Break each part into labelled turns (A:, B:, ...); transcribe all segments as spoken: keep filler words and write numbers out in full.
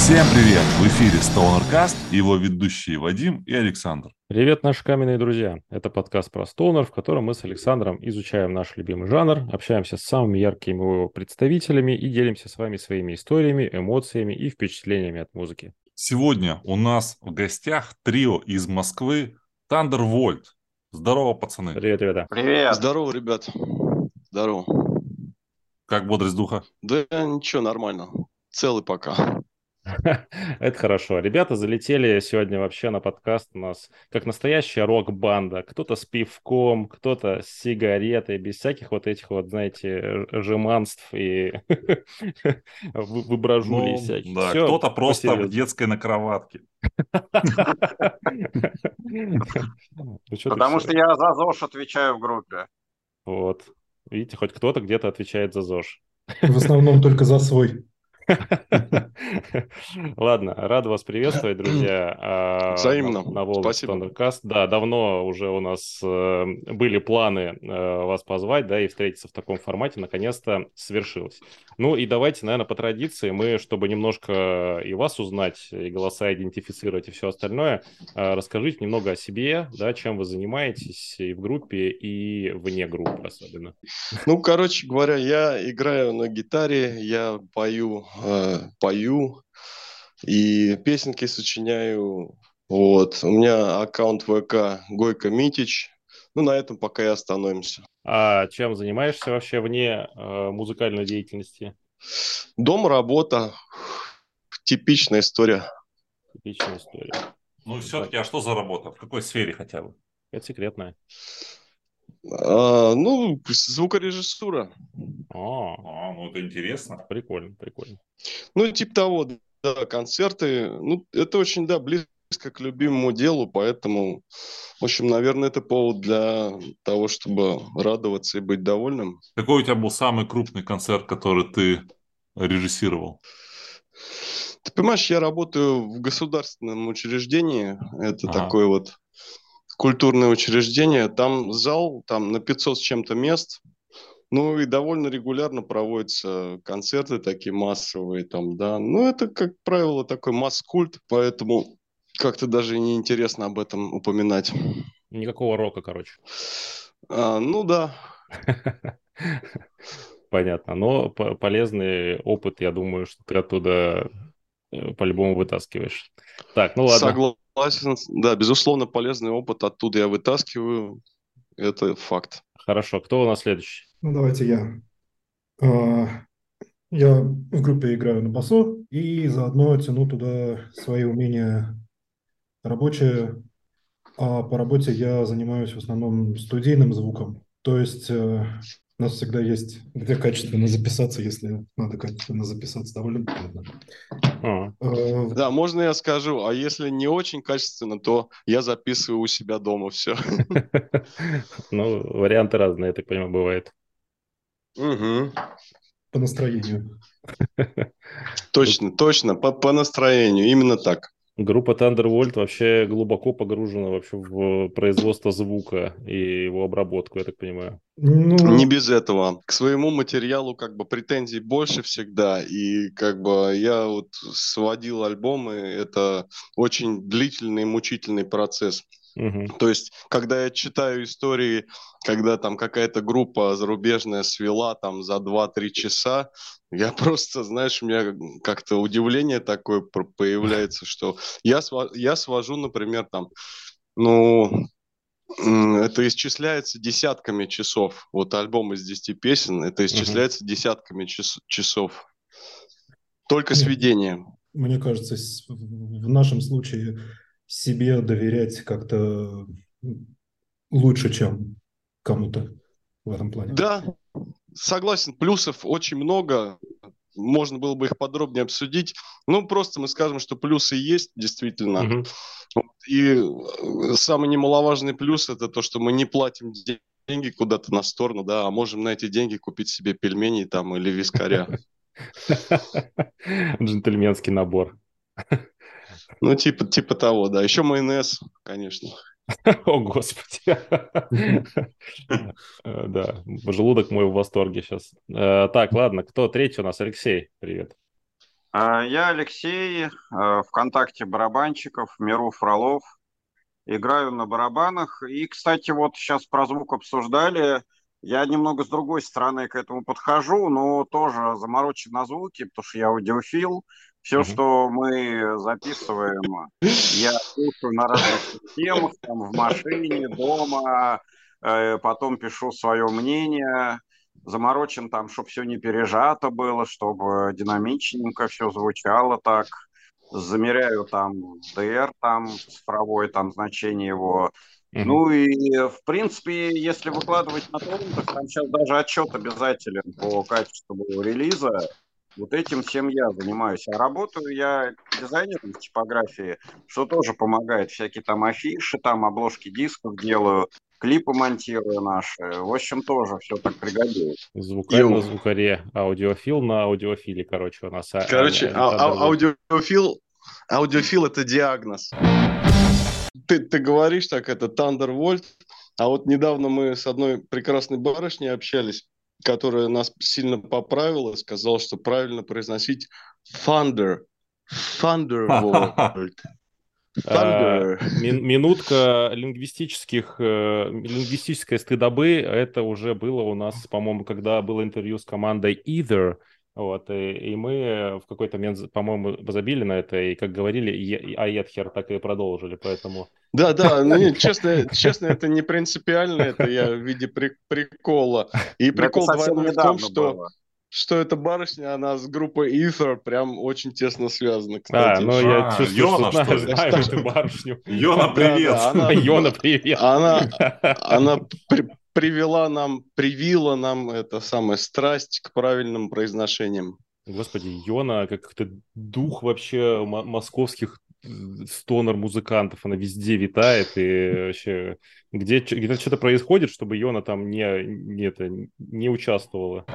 A: Всем привет! В эфире StonerCast, его ведущие Вадим и Александр.
B: Привет, наши каменные друзья! Это подкаст про стонер, в котором мы с Александром изучаем наш любимый жанр, общаемся с самыми яркими его представителями и делимся с вами своими историями, эмоциями и впечатлениями от музыки.
A: Сегодня у нас в гостях трио из Москвы Thundervolt. Здорово, пацаны.
B: Привет, ребята.
C: Привет.
D: Здорово, ребят. Здорово.
A: Как бодрость духа?
D: Да ничего, нормально. Целый пока.
B: Это хорошо. Ребята залетели сегодня вообще на подкаст у нас как настоящая рок-банда. Кто-то с пивком, кто-то с сигаретой, без всяких вот этих вот, знаете, жеманств и выбражулей
A: Ну,
B: всяких.
A: да,
B: Все
A: кто-то просто в
B: посерьезно.
A: детской на кроватке.
B: Ну, чё ты
C: Потому
B: всё?
C: что я за ЗОЖ отвечаю в группе.
B: Вот. Видите, хоть кто-то где-то отвечает за ЗОЖ.
E: В основном только за свой.
B: Ладно, рад вас приветствовать, друзья, а,
D: Взаимно.
B: на, на волнах
D: Спасибо.
B: Thundercast. Да, давно уже у нас э, были планы э, вас позвать, да, и встретиться в таком формате, наконец-то свершилось. Ну и давайте, наверное, по традиции мы, чтобы немножко и вас узнать, и голоса идентифицировать, и все остальное, э, расскажите немного о себе, да, чем вы занимаетесь и в группе, и вне группы особенно.
D: Ну, короче говоря, я играю на гитаре, я пою, э, пою и песенки сочиняю. Вот. У меня аккаунт ВК Гойко Митич. Ну, на этом пока и остановимся.
B: А чем занимаешься вообще вне э, музыкальной деятельности?
D: Дом, работа. Типичная история.
B: Типичная история.
A: Ну, все-таки, а что за работа? В какой сфере хотя бы?
B: Это секретная.
D: А, ну, звукорежиссура.
B: О,
A: А, ну, это интересно.
B: прикольно, прикольно.
D: Ну, типа того, да, концерты. Ну, это очень, да, близко к любимому делу, поэтому, в общем, наверное, это повод для того, чтобы радоваться и быть довольным.
A: Какой у тебя был самый крупный концерт, который ты режиссировал?
D: Ты понимаешь, я работаю в государственном учреждении. Это
A: Ага.
D: такое вот культурное учреждение. Там зал, там на пятьсот с чем-то мест. Ну и довольно регулярно проводятся концерты такие массовые там, да. Ну это, как правило, такой масс-культ, поэтому как-то даже неинтересно об этом упоминать.
B: Никакого рока, короче.
D: А, ну да.
B: Понятно. Но по- полезный опыт, я думаю, что ты оттуда э, по-любому вытаскиваешь. Так, ну ладно.
D: Согласен. Да, безусловно, полезный опыт оттуда я вытаскиваю. Это факт.
B: Хорошо. Кто у нас следующий?
E: Ну, давайте я. А, Я в группе играю на басу и заодно тяну туда свои умения рабочие. А по работе я занимаюсь в основном студийным звуком. То есть э, у нас всегда есть где качественно записаться, если надо качественно записаться. Довольно приятно.
B: А,
E: Э,
D: Да, можно я скажу, а если не очень качественно, то я записываю у себя дома все.
B: Ну, варианты разные, я так понимаю, бывает.
D: Угу.
E: По настроению.
D: Точно, точно, по, по настроению, именно так.
B: Группа Thunderbolt вообще глубоко погружена вообще в производство звука и его обработку, я так понимаю.
D: Не
E: Ну,
D: без этого. К своему материалу как бы претензий больше всегда. И как бы я вот сводил альбомы, это очень длительный и мучительный процесс.
B: Угу.
D: То есть, когда я читаю истории, когда там какая-то группа зарубежная свела там за два-три часа, я просто, знаешь, у меня как-то удивление такое пр- появляется, что я, сва- я свожу, например, там, ну, м, это исчисляется десятками часов. Вот альбом из десяти песен, это
B: Угу.
D: исчисляется десятками час- часов. Только
E: нет,
D: сведением.
E: мне кажется, с- в нашем случае себе доверять как-то лучше, чем кому-то в этом плане.
D: Да, согласен, плюсов очень много. Можно было бы их подробнее обсудить. Ну, просто мы скажем, что плюсы есть, действительно.
B: Угу.
D: Вот. И э, самый немаловажный плюс – это то, что мы не платим де- деньги куда-то на сторону, да, а можем на эти деньги купить себе пельмени там или вискаря.
B: Джентльменский набор.
D: Ну, типа, типа того, да. Еще майонез, конечно.
B: О, Господи. Э, Да, желудок мой в восторге сейчас. Так, ладно, кто третий у нас? Алексей, привет.
C: А, Я Алексей, э, ВКонтакте барабанщиков, Миру Фролов. Играю на барабанах. И, кстати, вот сейчас про звук обсуждали. Я немного с другой стороны к этому подхожу, но тоже заморочен на звуки, потому что я аудиофил. Все,
B: Мгм.
C: что мы записываем, я слушаю на разных системах, там, в машине, дома, э, потом пишу свое мнение. Заморочен там, чтобы все не пережато было, чтобы динамичненько все звучало так. Замеряю там ди ар, там цифровой, там значение его.
B: Мгм.
C: Ну и, в принципе, если выкладывать на торрентах, там сейчас даже отчет обязателен по качеству релиза. Вот этим всем я занимаюсь. А работаю я дизайнером в типографии, что тоже помогает. Всякие там афиши, там обложки дисков делаю, клипы монтирую наши. В общем, тоже все так пригодилось.
B: Звукарь на
D: Йоу.
B: звукаре, аудиофил на аудиофиле, короче, у нас, а, а,
D: Короче,
B: а не
D: а- а-
B: Thunderbolt.
D: аудиофил, аудиофил это диагноз. Ты, ты говоришь так, это Thunderbolt, а вот недавно мы с одной прекрасной барышней общались, которая нас сильно поправила, сказала, что правильно произносить Thunder. Thunderbolt.
B: А,
D: Thunder.
B: мин- Минутка лингвистических, э, лингвистической стыдобы, это уже было у нас, по-моему, когда было интервью с командой Either, вот, и, и мы в какой-то момент, по-моему, забили на это, и, как говорили, и Аетхер так и продолжили, поэтому...
D: Да, да, ну нет, честно, честно, это не принципиально, это я в виде при- прикола. И
C: Да это
D: прикол
C: совсем
D: двойной в том,
C: недавно
D: что,
C: было.
D: что эта барышня, она с группой Ether прям очень тесно связана,
B: А,
D: кстати.
B: ну я
A: А,
B: чувствую,
A: Йона,
B: что
A: что
B: знаю,
A: ли?
B: знаю
D: Так
B: эту
D: что-
B: барышню.
A: Йона,
D: Да,
A: привет!
D: да, она,
B: Йона, привет.
D: она, она при- привела нам, привила нам это самое страсть к правильным произношениям.
B: Господи, Йона, как как-то дух вообще м- московских стонер-музыкантов, она везде витает, и вообще где, чё- где что-то происходит, чтобы Йона там не, не, это, не участвовала.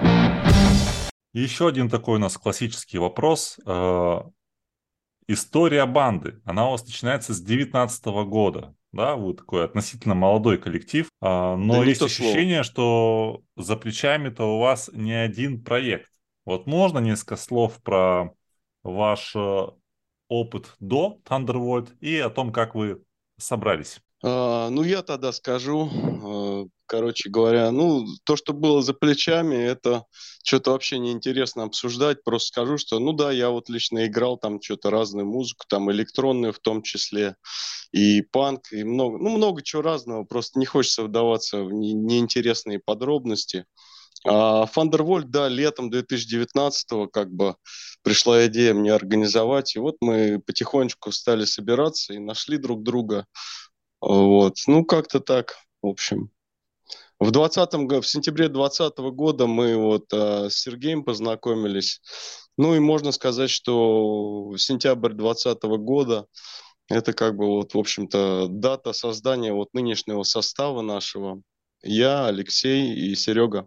A: Еще один такой у нас классический вопрос. Э, История банды. Она у вас начинается с девятнадцатого года. Да, вы такой относительно молодой коллектив. А,
D: Да
A: но
D: не
A: есть
D: то слово.
A: ощущение, что за плечами-то у вас не один проект. Вот можно несколько слов про ваш э, опыт до Thunderbolt и о том, как вы собрались?
D: А, ну, я тогда скажу, э, короче говоря, ну, то, что было за плечами, это что-то вообще неинтересно обсуждать. Просто скажу, что, ну да, я вот лично играл там что-то разную музыку, там электронную в том числе, и панк, и много, ну, много чего разного. Просто не хочется вдаваться в не- неинтересные подробности. А Thunderbolt, да, летом две тысячи девятнадцатого как бы пришла идея мне организовать, и вот мы потихонечку стали собираться и нашли друг друга. Вот. Ну, как-то так, в общем. В двадцатом, го- в сентябре двадцатого года мы вот а, с Сергеем познакомились. Ну и можно сказать, что сентябрь двадцатого года это как бы вот, в общем-то, дата создания вот нынешнего состава нашего. Я, Алексей и Серега.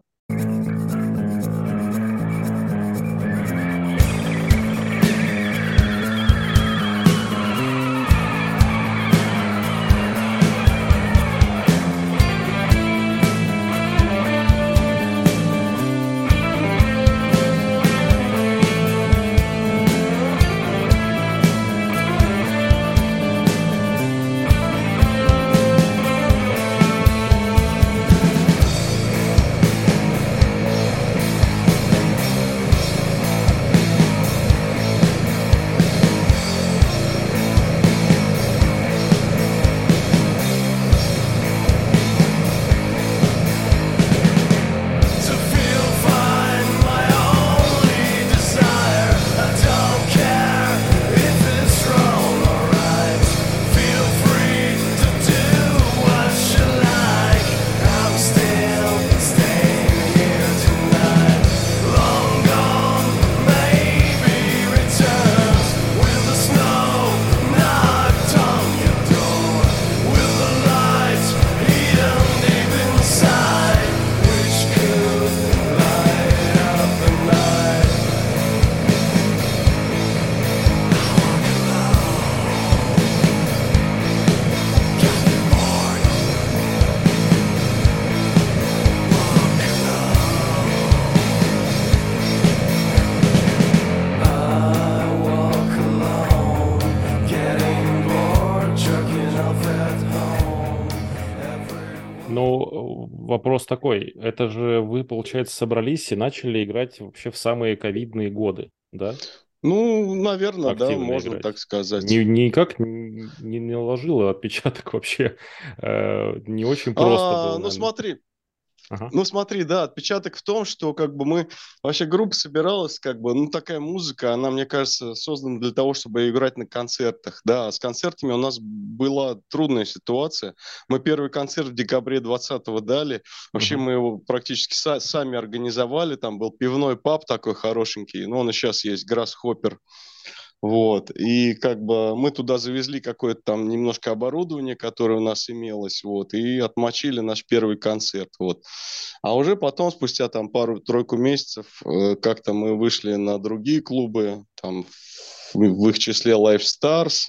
B: Ну, вопрос такой. Это же вы, получается, собрались и начали играть вообще в самые ковидные годы, да?
D: Ну, наверное, да,
B: Активно
D: можно так
B: играть. Ни,
D: сказать.
B: никак не, не наложило отпечаток вообще. Э, не очень просто
D: А,
B: было,
D: ну
B: наверное.
D: смотри,
B: Ага.
D: Ну смотри, да, отпечаток в том, что как бы мы вообще группа собиралась, как бы, ну такая музыка, она, мне кажется, создана для того, чтобы играть на концертах. Да, с концертами у нас была трудная ситуация. Мы первый концерт в декабре двадцатого дали. Вообще
B: Мгм.
D: мы его практически са- сами организовали. Там был пивной паб такой хорошенький, но он и сейчас есть, Grasshopper. Вот. И как бы мы туда завезли какое-то там немножко оборудование, которое у нас имелось, вот, и отмочили наш первый концерт, вот. А уже потом, спустя там пару-тройку месяцев, э, как-то мы вышли на другие клубы, там в, в их числе Live Stars,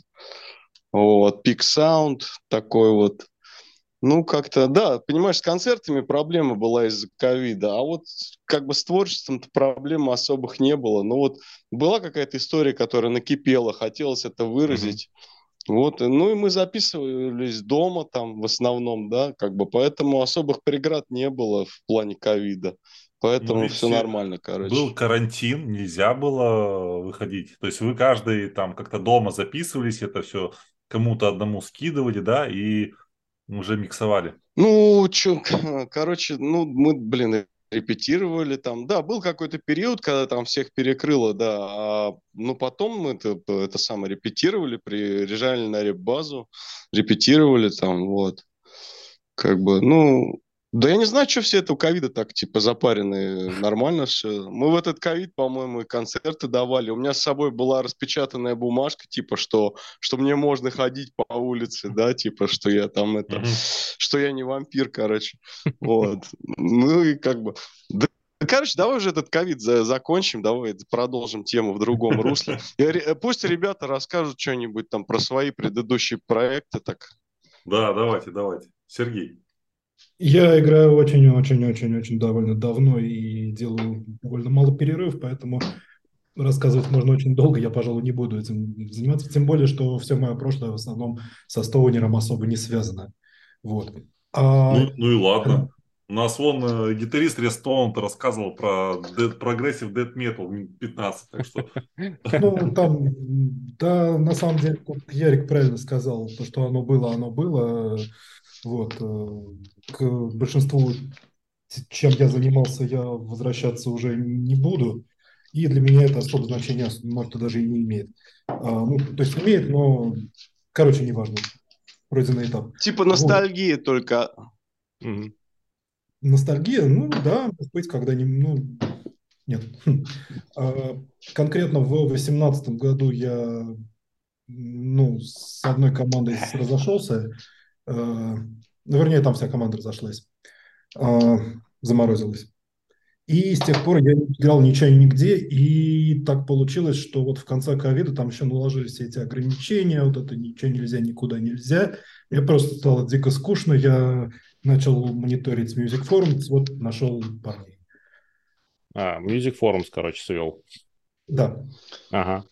D: вот, Peak Sound, такой вот. Ну, как-то, да, понимаешь, с концертами проблема была из-за ковида, а вот как бы с творчеством-то проблем особых не было. Ну вот была какая-то история, которая накипела, хотелось это
B: Мгм.
D: выразить. Вот, и- ну и мы записывались дома там в основном, да, как бы, поэтому особых преград не было в плане ковида.
A: Ну,
D: Поэтому все
A: видите,
D: нормально,
A: был
D: короче.
A: карантин, нельзя было выходить. То есть вы каждый там как-то дома записывались, это все кому-то одному скидывали, да, и уже миксовали.
D: Ну, чё, короче, ну, мы, блин, репетировали там. Да, был какой-то период, когда там всех перекрыло, да. А, ну, потом мы это, это самое репетировали, приезжали на реп-базу, репетировали там, вот. Как бы, ну, да я не знаю, что все это у ковида так, типа, запаренные. Нормально все. Мы в этот ковид, по-моему, и концерты давали. У меня с собой была распечатанная бумажка, типа, что, что мне можно ходить по улице, да, типа, что я там это,
A: Мгм.
D: что я не вампир, короче. Вот. Ну и как бы... Да, короче, давай уже этот ковид за- закончим, давай продолжим тему в другом русле. И ре- Пусть ребята расскажут что-нибудь там про свои предыдущие проекты, так.
A: Да, давайте, давайте. Сергей.
E: Я играю очень-очень-очень-очень довольно давно и делаю довольно мало перерыв, поэтому рассказывать можно очень долго, я, пожалуй, не буду этим заниматься, тем более, что все мое прошлое в основном со стоунером особо не связано. Вот. А,
A: Ну, ну и ладно. У нас вон э, гитарист Рестон рассказывал про dead, прогрессив death metal пятнадцать, так что...
E: ну, там, м, да, на самом деле, тут Ярик правильно сказал, то, что оно было, оно было. Вот. э, К большинству, т- чем я занимался, я возвращаться уже не буду. И для меня это особого значения, ос- может, и даже и не имеет. А, ну, то есть имеет, но, короче, неважно. Пройденный этап.
D: Типа
E: Вот.
D: ностальгии только.
B: Мгм.
E: Ностальгия, ну да, может быть, когда-нибудь, ну, нет. А, конкретно в восемнадцатом году я, ну, с одной командой с- разошелся. Э, ну, вернее, там вся команда разошлась, а, заморозилась. И с тех пор я не играл ничего нигде, и так получилось, что вот в конце ковида там еще наложились все эти ограничения, вот это ничего нельзя, никуда нельзя. Мне просто стало дико скучно, я начал мониторить Music Forums, вот нашел парней.
B: А, Music Forums, короче, свел.
E: Да,
B: Ага.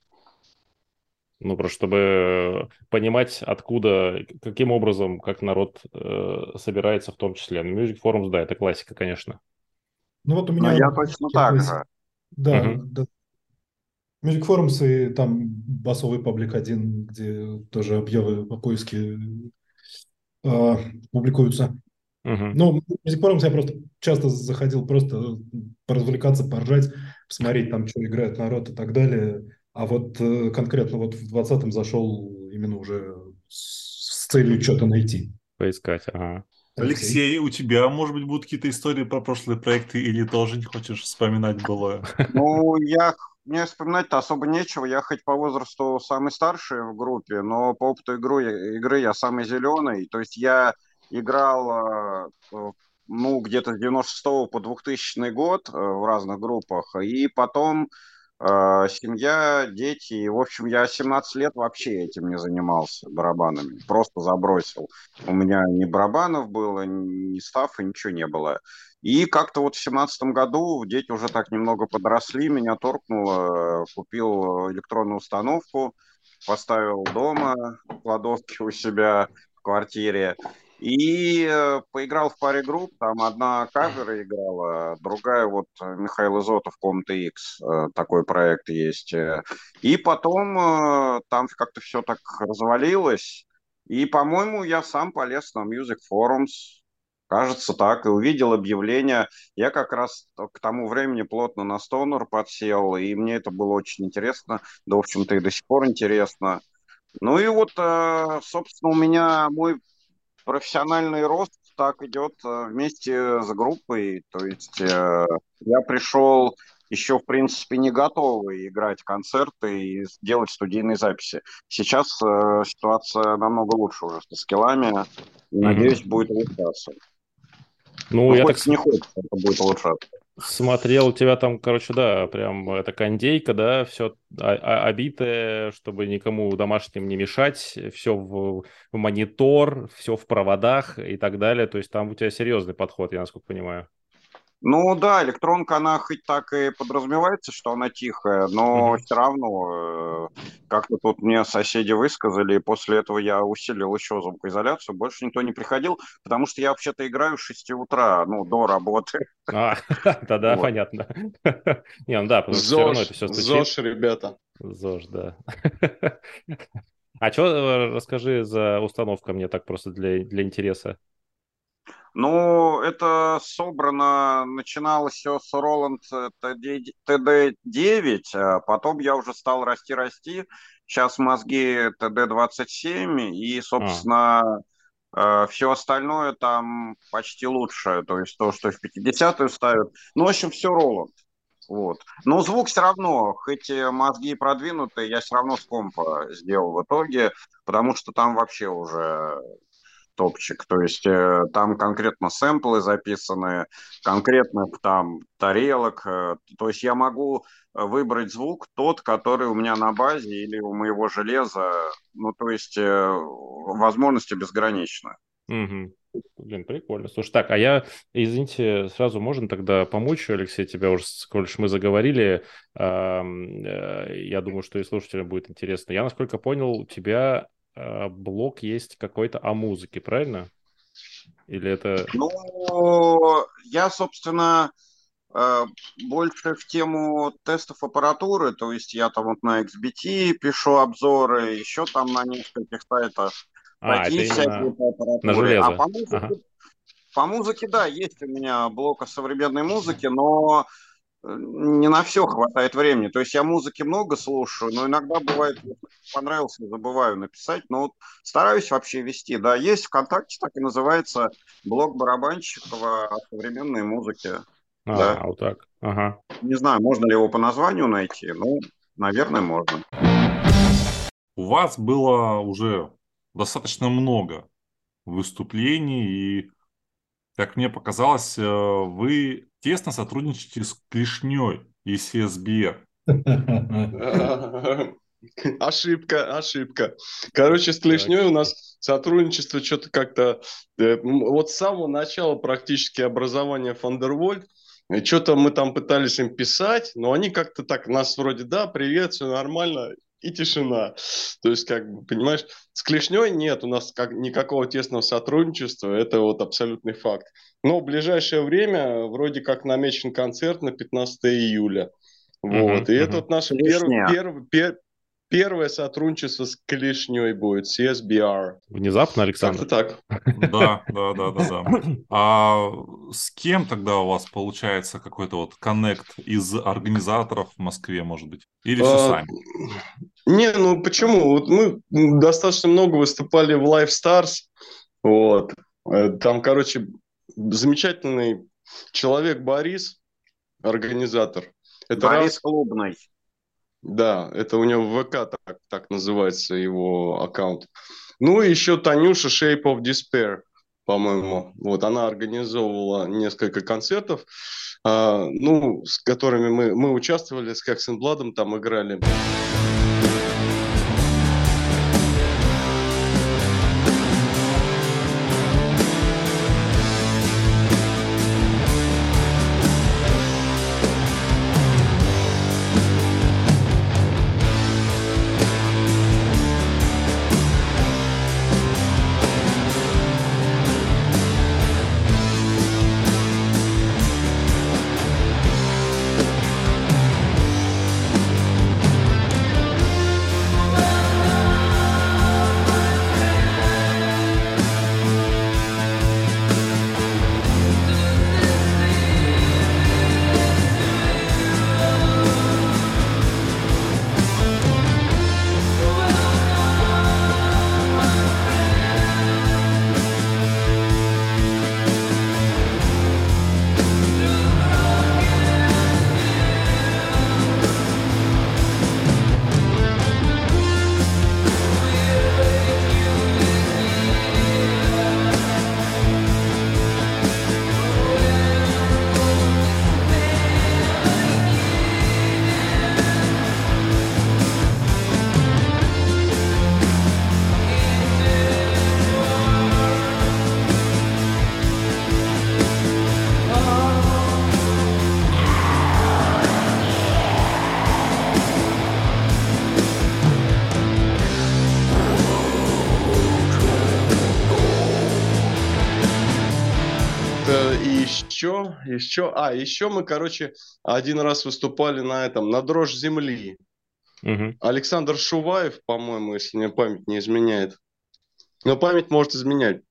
B: Ну, просто чтобы понимать, откуда, каким образом, как народ э, собирается в том числе. Ну, Music Forums, да, это классика, конечно.
E: ну вот у
C: Но
E: меня,
C: я точно так же.
E: да,
B: Мгм.
E: да, Music Forums и там басовый паблик один, где тоже объявы по поиске а, публикуются.
B: Мгм.
E: Ну, Music Forums я просто часто заходил просто поразвлекаться, поржать, посмотреть там, что играет народ и так далее. А вот э, конкретно вот в двадцатом зашел именно уже с, с целью что-то найти.
B: Поискать, ага.
E: Алексей.
A: Алексей, у тебя, может быть, будут какие-то истории про прошлые проекты или тоже не хочешь вспоминать былое?
C: Ну, я, мне вспоминать-то особо нечего. Я хоть по возрасту самый старший в группе, но по опыту игру, игры я самый зеленый. То есть я играл, э, э, ну, где-то с девяносто шестого по двухтысячный год э, в разных группах. И потом э, семья, дети. И, в общем, я семнадцать лет вообще этим не занимался, барабанами. Просто забросил. У меня ни барабанов было, ни стафа, ничего не было. И как-то вот в семнадцатом году дети уже так немного подросли, меня торкнуло, купил электронную установку, поставил дома в кладовке у себя в квартире. И э, поиграл в паре групп, там одна кавера играла, другая вот э, Михаил Изотов, Комната X, э, такой проект есть. Э. И потом э, там как-то все так развалилось, и, по-моему, я сам полез на Music Forums, кажется так, и увидел объявление. Я как раз к тому времени плотно на Stoner подсел, и мне это было очень интересно, да, в общем-то, и до сих пор интересно. Ну и вот, э, собственно, у меня мой профессиональный рост так идет э, вместе с группой. То есть э, я пришел еще, в принципе, не готовый играть концерты и делать студийные записи. Сейчас э, ситуация намного лучше уже со скиллами. И, надеюсь,
B: Мгм.
C: будет улучшаться.
B: Ну,
C: Ну,
B: я так
C: хоть
B: с-
C: не хочется, это будет улучшаться.
B: смотрел, у тебя там, короче, да, прям это кондейка, да, все обитое, чтобы никому домашним не мешать, все в, в монитор, все в проводах и так далее. То есть там у тебя серьезный подход, я насколько понимаю.
C: Ну да, электронка, она хоть так и подразумевается, что она тихая, но
B: Мгм.
C: все равно э, как-то тут мне соседи высказали, и после этого я усилил еще звукоизоляцию, больше никто не приходил, потому что я вообще-то играю с шести утра, ну, до работы.
B: А, да-да,
C: Вот.
B: понятно. Не, ну да, потому что все равно это
D: ЗОЖ,
B: все стучит.
D: ЗОЖ, ребята.
B: ЗОЖ, да. А что, расскажи за установка мне так просто для, для интереса.
C: Ну, это собрано, начиналось все с Roland ти ди девять, а потом я уже стал расти-расти. Сейчас мозги ти ди двадцать семь, и,
B: А,
C: собственно, все остальное там почти лучше. То есть то, что в пятидесятую ставят. Ну, в общем, все Roland. Вот. Но звук все равно, хоть и мозги продвинутые, я все равно с компа сделал в итоге, потому что там вообще уже топчик. То есть э, там конкретно сэмплы записаны, конкретно там тарелок. Э, то есть я могу выбрать звук тот, который у меня на базе или у моего железа. Ну, то есть э, возможности безграничны.
B: угу. Блин, прикольно. Слушай, так, а я, извините, сразу можно тогда помочь, Алексей, тебя уже, сколь мы заговорили, ам, э, я думаю, что и слушателям будет интересно. Я, насколько понял, у тебя э, блог есть какой-то о музыке, правильно? Или это...
C: Ну, я, собственно, э, больше в тему тестов аппаратуры, то есть я там вот на икс би ти пишу обзоры, еще там на нескольких сайтах
B: А,
C: статьи
B: это
C: всякие
B: именно
C: по
B: на
C: аппаратуре. А
B: железо.
C: по
B: Ага.
C: музыке, по музыке, да, есть у меня блог о современной музыке, но э, не на все хватает времени. То есть я музыки много слушаю, но иногда бывает, вот, понравился, забываю написать, но вот стараюсь вообще вести. Да, есть ВКонтакте, так и называется, блог Барабанщикова о современной музыке. Да.
B: А, вот так. Ага.
C: Не знаю, можно ли его по названию найти, ну, наверное, можно.
A: У вас было уже достаточно много выступлений, и, как мне показалось, э, вы тесно сотрудничаете с Клешней и си эс би эр.
D: Ошибка, ошибка. Короче, с
B: Так.
D: Клешней у нас сотрудничество что-то как-то... э, м, Вот с самого начала практически образования Thunderbolt, э, что-то мы там пытались им писать, но они как-то так нас вроде, да, привет, все нормально, и тишина. То есть, как бы, понимаешь, с Клешней нет у нас как, никакого тесного сотрудничества, это вот абсолютный факт. Но в ближайшее время вроде как намечен концерт на пятнадцатое июля. Вот.
B: Мгм,
D: И это
B: мгм.
D: вот наше первое,
C: Клешня.
D: первое, пер- первое сотрудничество с Клешней будет, си эс би ар.
B: Внезапно,
D: Как-то
B: Александр.
D: так.
A: Да, да, да, да, да. А с кем тогда у вас получается какой-то вот коннект из организаторов в Москве, может быть? Или все
D: А,
A: сами?
D: Не, ну почему? Вот мы достаточно много выступали в Live Stars. Вот. Э, Там, короче, замечательный человек Борис, организатор. Это
C: Борис
D: раз.
C: Клубный.
D: Да, это у него в ВК так, так называется его аккаунт. Ну и еще Танюша Shape of Despair, по-моему. Вот она организовывала несколько концертов, а, ну, с которыми мы, мы участвовали, с Хексенбладом там играли. э, и еще, еще, а, еще мы, короче, один раз выступали на этом, на «Дрожь земли».
B: Мгм.
D: Александр Шуваев, по-моему, если мне память не изменяет. Но память может изменять.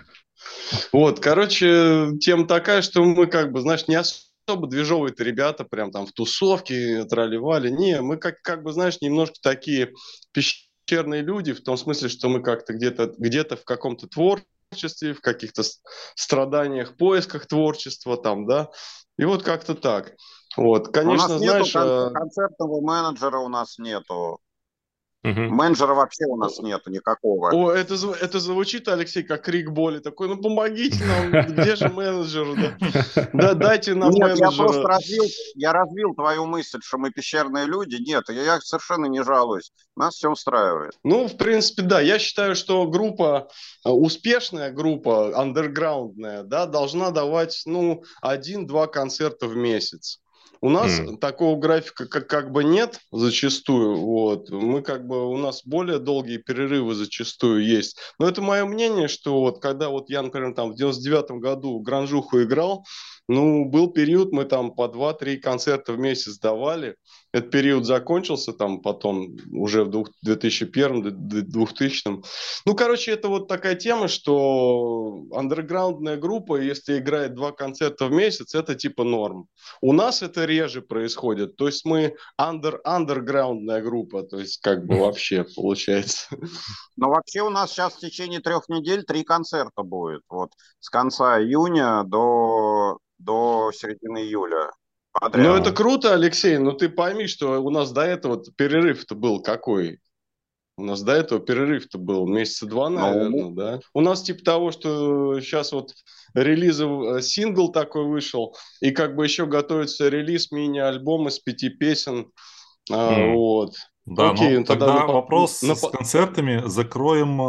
D: Вот, короче, тема такая, что мы как бы, знаешь, не особо движовые-то ребята, прям там в тусовке трали-вали. Не, мы как, как бы, знаешь, немножко такие пещерные люди, в том смысле, что мы как-то где-то где-то в каком-то творчестве, в каких-то с- страданиях, поисках творчества там, да. И вот как-то так. Вот,
C: У нас
D: конечно,
C: нету
D: знаешь,
C: кон-
D: э,
C: концертного менеджера, у нас нету.
B: Мгм.
C: Менеджера вообще у нас нету никакого.
D: о, это, зв- это звучит, Алексей, как крик боли. Такой, ну помогите нам, где же менеджер, да? Да, дайте нам
C: Нет, я просто
D: менеджера.
C: развил, я развил твою мысль, что мы пещерные люди. Нет, я, я совершенно не жалуюсь. Нас все устраивает.
D: Ну, в принципе, да. Я считаю, что группа, э, успешная группа, андерграундная, да, должна давать, ну, один-два концерта в месяц. У нас
B: М.
D: такого графика как, как бы нет зачастую. Вот. Мы как бы, у нас более долгие перерывы зачастую есть. Но это мое мнение, что вот когда вот я, например, там в девяносто девятом году гранжуху играл, ну, был период, мы там по два-три концерта в месяц давали. Этот период закончился там потом уже в две тысячи первом, двухтысячном. Ну, короче, это вот такая тема, что андерграундная группа, если играет два концерта в месяц, это типа норм. У нас это реже происходит. То есть мы андер, андерграундная группа, то есть как бы вообще получается.
C: Но вообще у нас сейчас в течение трех недель три концерта будет. Вот с конца июня до, до середины июля
D: Но
C: подряд.
D: это круто, Алексей, но ты пойми, что у нас до этого перерыв-то был какой? У нас до этого перерыв-то был месяца два,
C: Ну,
D: наверное, да? У нас типа того, что сейчас вот релизов, э, сингл такой вышел, и как бы еще готовится релиз мини-альбома из пяти песен. А,
B: М.
D: вот.
A: Да,
D: Окей,
A: но
D: ну тогда на,
A: тогда
D: по-
A: вопрос
D: на
A: с
D: по-
A: концертами закроем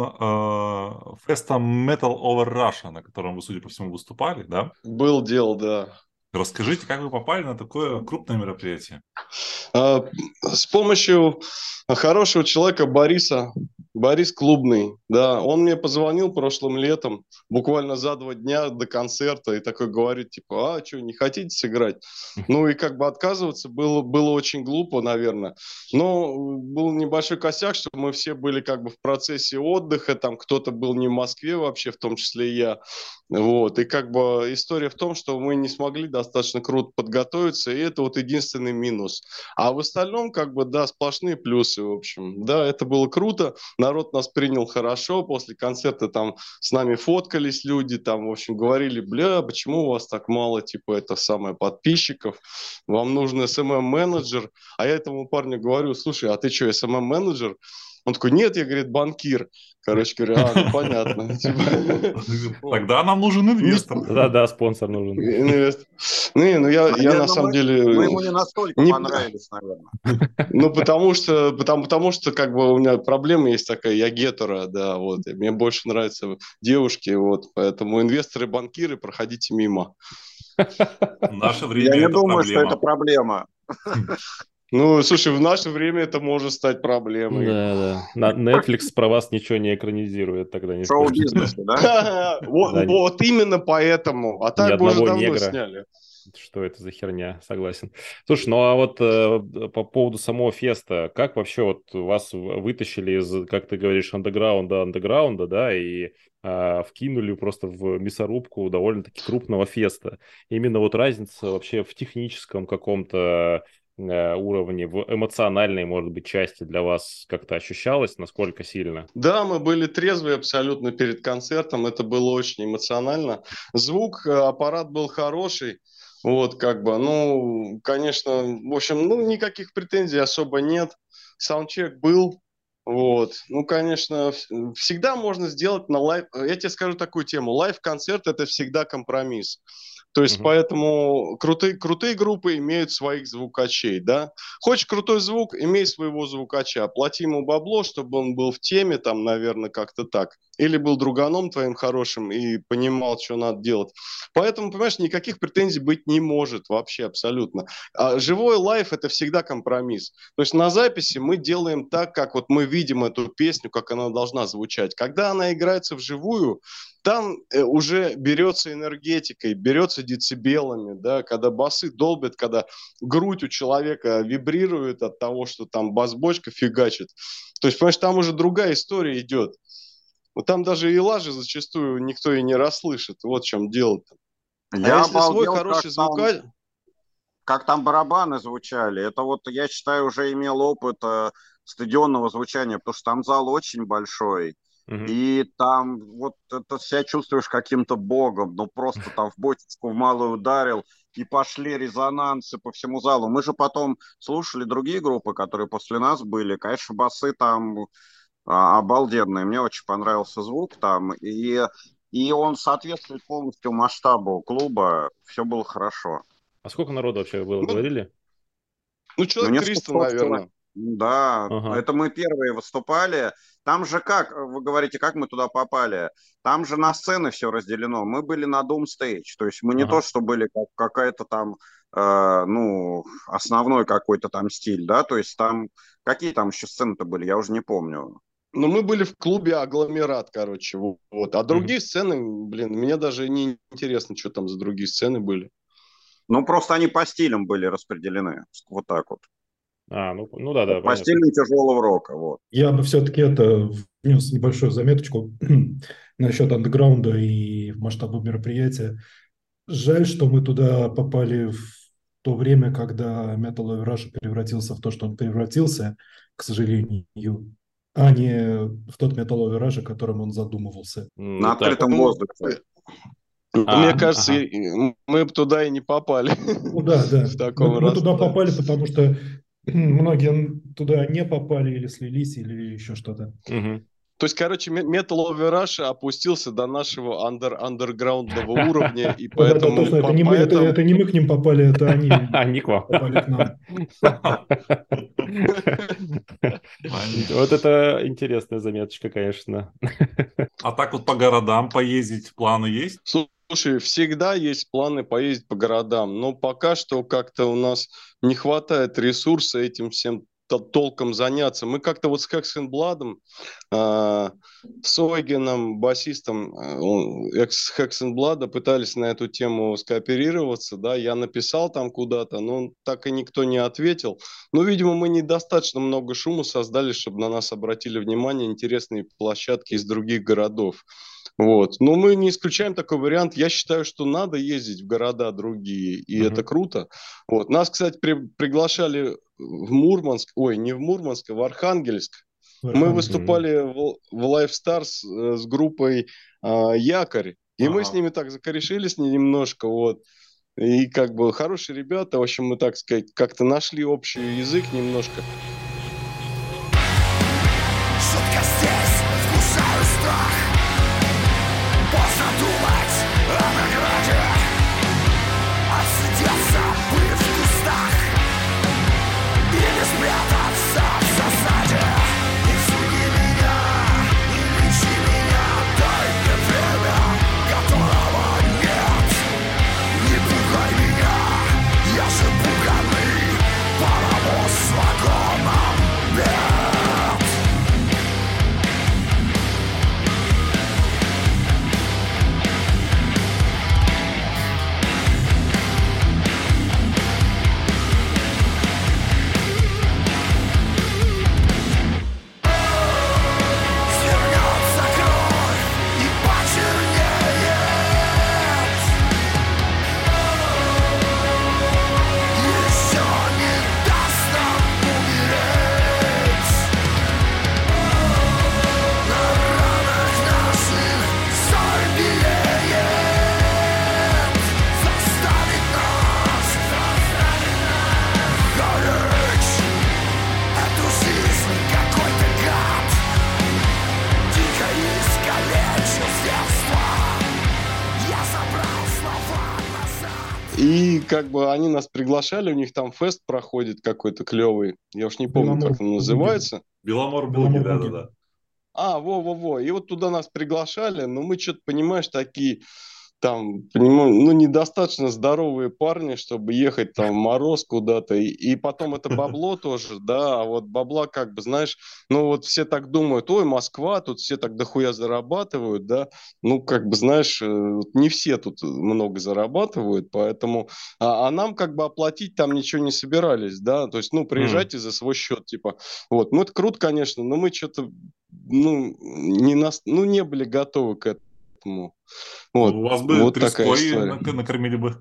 A: э, фестом Metal Over Russia, на котором вы, судя по всему, выступали, да?
D: был дело, да.
A: Расскажите, как вы попали на такое крупное мероприятие?
D: А, с помощью хорошего человека Бориса, Борис Клубный, да, он мне позвонил прошлым летом, буквально за два дня до концерта, и такой говорит, типа, а, что, не хотите сыграть? Ну, и как бы отказываться было, было очень глупо, наверное. Но был небольшой косяк, что мы все были как бы в процессе отдыха, там кто-то был не в Москве вообще, в том числе и я. Вот, и как бы история в том, что мы не смогли достаточно круто подготовиться, и это вот единственный минус. А в остальном, как бы, да, сплошные плюсы, в общем. Да, это было круто, народ нас принял хорошо, после концерта там с нами фоткались люди, там, в общем, говорили, бля, почему у вас так мало, типа, это самое, подписчиков, вам нужен эс эм эм-менеджер. А я этому парню говорю, слушай, а ты что, эс эм эм-менеджер? Он такой, нет, я, говорит, банкир. Короче говоря, а, ну понятно. Типа, вот.
A: Тогда нам нужен
D: Не-
A: инвестор.
B: Да-да, спонсор нужен.
D: инвест- Не, ну я, я на
C: наверное,
D: самом
C: мы, мы
D: деле
C: ему не настолько
D: не,
C: понравились, наверное.
D: ну, потому что, потому, потому что, как бы, у меня проблема есть такая, я гетеро, да, вот, и мне больше нравятся девушки, вот, поэтому инвесторы, банкиры, проходите мимо.
A: В наше
C: Я
A: время
C: не
A: это
C: думаю, что это
A: проблема.
C: проблема.
D: Ну, слушай, в наше время это может стать проблемой.
B: Да-да. На Netflix про вас ничего не экранизирует тогда ни
C: В
B: в коем случае.
C: шоу-бизнесе, да?
D: Вот,
B: Да, ни
D: вот именно поэтому. А
B: ни
D: так бы уже
B: одного
D: давно
B: негра.
D: сняли.
B: Что это за херня? Согласен. Слушай, ну а вот э, по поводу самого феста, как вообще вот вас в- вытащили из, как ты говоришь, андеграунда, андеграунда, да, и а, вкинули просто в мясорубку довольно-таки крупного феста? Именно вот разница вообще в техническом каком-то э, уровне, в эмоциональной, может быть, части для вас как-то ощущалась, насколько сильно?
D: Да, мы были трезвые абсолютно перед концертом, это было очень эмоционально. Звук, э, аппарат был хороший, вот как бы, ну, конечно, в общем, ну, никаких претензий особо нет. Саундчек был, вот, ну, конечно, вс- всегда можно сделать на лайв, я тебе скажу такую тему, лайв-концерт это всегда компромисс. То есть,
B: Мгм.
D: поэтому крутые, крутые группы имеют своих звукачей, да. Хочешь крутой звук, имей своего звукача. Плати ему бабло, чтобы он был в теме, там, наверное, как-то так. Или был друганом твоим хорошим и понимал, что надо делать. Поэтому, понимаешь, никаких претензий быть не может вообще абсолютно. А живой лайв – это всегда компромисс. То есть на записи мы делаем так, как вот мы видим эту песню, как она должна звучать. Когда она играется вживую, там э, уже берется энергетикой, берется децибелами, да, когда басы долбят, когда грудь у человека вибрирует от того, что там бас-бочка фигачит. То есть, понимаешь, там уже другая история идет. Вот там даже и лажи зачастую никто и не расслышит. Вот в чем дело-то. А
C: Я
D: если свой
C: обалдел, как
D: хороший
C: там,
D: звукарь...
C: как там барабаны звучали. Это вот, я считаю, уже имел опыт э, стадионного звучания, потому что там зал очень большой.
B: Мгм.
C: И там вот это себя чувствуешь каким-то богом, ну просто там в бочечку в малую ударил, и пошли резонансы по всему залу. Мы же потом слушали другие группы, которые после нас были. Конечно, басы там а, обалденные. Мне очень понравился звук там, и, и он соответствует полностью масштабу клуба. Все было хорошо.
B: А сколько народу вообще было,
D: Ну,
B: говорили?
D: ну,
C: Ну,
D: человек
C: несколько
D: триста,
C: сот человек.
D: наверное.
C: Да,
B: Ага.
C: это мы первые выступали. Там же как, вы говорите, как мы туда попали? Там же на сцены все разделено. Мы были на Doom Stage, то есть мы не то,
B: Ага.
C: что были как какая-то там, э, ну, основной какой-то там стиль, да, то есть там, какие там еще сцены-то были, я уже не помню.
D: Но мы были в клубе «Агломерат», короче. Вот. А
B: Мгм.
D: другие сцены, блин, мне даже не интересно, что там за другие сцены были.
C: Ну, просто они по стилям были распределены, вот так вот.
B: А, ну, ну да, да,
C: По
B: понятно.
C: стилям тяжелого рока, вот.
E: Я бы все-таки это внес небольшую заметочку насчет андеграунда и масштаба мероприятия. Жаль, что мы туда попали в то время, когда Metal Over Russia превратился в то, что он превратился, к сожалению, а не в тот Metal Over Russia, которым он задумывался.
B: М,
C: На
B: Не так.
C: открытом
D: Ну,
C: воздухе.
D: мне
B: А,
D: кажется,
B: ага.
D: и- мы бы туда и не попали
E: Ну да, да.
D: в
E: Мы,
D: таком
E: мы туда
D: раскладе.
E: попали, потому что многие туда не попали или слились, или еще что-то.
B: Мгм.
D: То есть, короче, Ме- Metal Over Russia опустился до нашего андер андерграундного уровня, и
E: Да, да, да,
D: поэтому...
E: точно. Это
D: по-
E: не мы, это,
D: поэтому...
E: это не мы к ним попали, это они
B: Они к вам.
E: попали к нам.
B: Вот это интересная заметочка, конечно.
A: А так вот по городам поездить планы есть?
D: Слушай, всегда есть планы поездить по городам, но пока что как-то у нас не хватает ресурса этим всем то- толком заняться. Мы как-то вот с Хексенбладом, э, с Ойгеном, басистом э, он- экс Хексенблада, пытались на эту тему скооперироваться, да, я написал там куда-то, но так и никто не ответил. Но, видимо, мы недостаточно много шума создали, чтобы на нас обратили внимание интересные площадки из других городов. Вот. Но мы не исключаем такой вариант. Я считаю, что надо ездить в города другие, и это
B: Мгм.
D: круто. Вот. Нас, кстати, при- приглашали в Мурманск, ой, не в Мурманск, а в Архангельск.
E: В
D: Мы
E: Архангельске.
D: выступали в, в Live Stars э, с группой а, «Якорь», и мы с
A: Ага.
D: ними так закорешились немножко, вот. И как бы хорошие ребята, в общем, мы, так сказать, как-то нашли общий язык немножко.
F: Шутка здесь, вкушаю страх. Поздно думать о награде. Отсидеться бы в кустах или спрятаться в засаде. Извини меня, не лечи меня, дай мне время, которого нет. Не пугай меня, я же пуганый паровоз с вагоном. Нет. Свернется кровь и почернеет. Еще не даст нам умереть. На ранах наших соль белеет. Заставит нас гореть. Эту жизнь какой-то гад дико искалечил с детства. Я забрал слова назад.
D: И как бы они нас приглашали, у них там фест проходит какой-то клевый. Я уж не помню,
E: Беломор
D: как он
E: Буги.
D: называется.
A: Беломор-Буги,
E: Беломор Буги.
A: да-да-да.
D: А, во-во-во. И вот туда нас приглашали, но мы что-то, понимаешь, такие, там, понимаю, ну, недостаточно здоровые парни, чтобы ехать там в мороз куда-то, и, и потом это бабло тоже, да, а вот бабла как бы, знаешь, ну, вот все так думают, ой, Москва, тут все так дохуя зарабатывают, да, ну, как бы, знаешь, не все тут много зарабатывают, поэтому, а, а нам как бы оплатить там ничего не собирались, да, то есть, ну, приезжайте mm. за свой счет, типа, вот, ну, это круто, конечно, но мы что-то, ну, не, нас, ну, не были готовы к этому. Вот,
A: у вас бы
D: вот
A: треской накормили бы.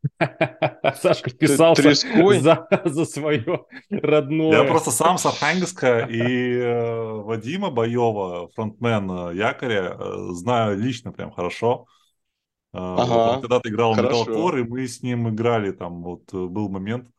B: Сашка вписался за, за свое родное.
A: Я просто сам с Архангельска и э, Вадима Боева, фронтмен Якоря, э, знаю лично прям хорошо. Э, ага, вот он когда-то играл в Metalcore, и мы с ним играли, там вот был момент.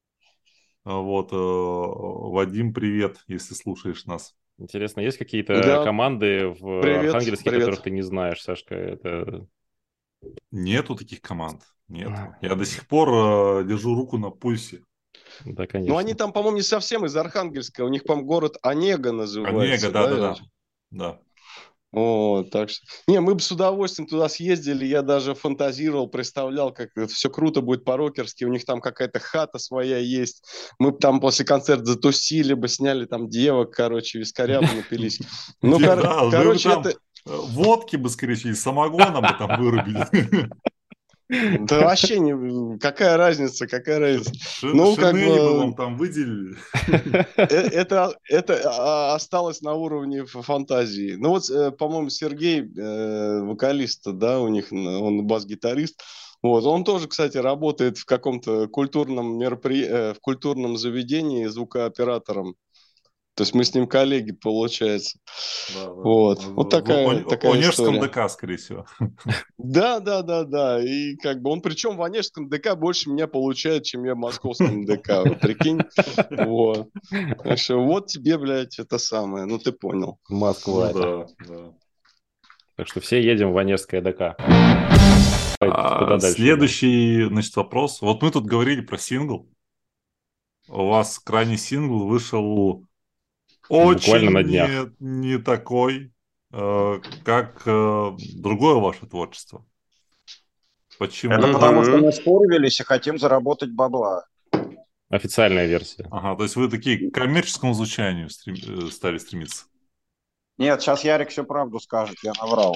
A: Вот, э, Вадим, привет, если слушаешь нас.
B: Интересно, есть какие-то да. команды в привет, Архангельске, привет. которых ты не знаешь, Сашка? Это...
A: Нету таких команд. Нет. Я до сих пор э, держу руку на пульсе.
B: Да, конечно.
D: Ну, они там, по-моему, не совсем из Архангельска. У них, по-моему, город Онега называется.
A: Онега, да-да-да. Да.
D: О, так что... Не, мы бы с удовольствием туда съездили. Я даже фантазировал, представлял, как все круто будет по-рокерски. У них там какая-то хата своя есть. Мы бы там после концерта затусили бы, сняли там девок, короче, вискаря бы напились. Ну, короче, это...
A: Водки бы, скорее всего, самогоном бы там вырубили.
D: Да вообще не, какая разница, какая разница.
A: Ш, ну, как бы бы вам там выделили.
D: Это, это осталось на уровне фантазии. Ну вот, по-моему, Сергей, вокалист, да, у них, он бас-гитарист. Вот, он тоже, кстати, работает в каком-то культурном мероприятии, в культурном заведении звукооператором. То есть мы с ним коллеги, получается.
A: Да, да.
D: Вот. Вот такая,
A: в
D: такая
A: Онежском
D: история.
A: ДК, скорее всего.
D: Да, да, да, да. И как бы он, причем в Онежском ДК больше меня получает, чем я в Московском ДК. Вот, прикинь. Вот. Так что вот тебе, блядь, это самое. Ну, ты понял.
B: Москва.
A: Ну, да, да.
B: Так что все едем в Онежское ДК.
A: А, следующий, значит, вопрос. Вот мы тут говорили про сингл. У вас крайний сингл вышел... Очень
B: на днях.
A: Не, не такой, э, как э, другое ваше творчество. Почему?
C: Это потому, что мы спорились и хотим заработать бабла.
B: Официальная версия.
A: Ага, то есть вы такие к коммерческому звучанию стрем... стали стремиться?
C: Нет, сейчас Ярик всю правду скажет, я наврал.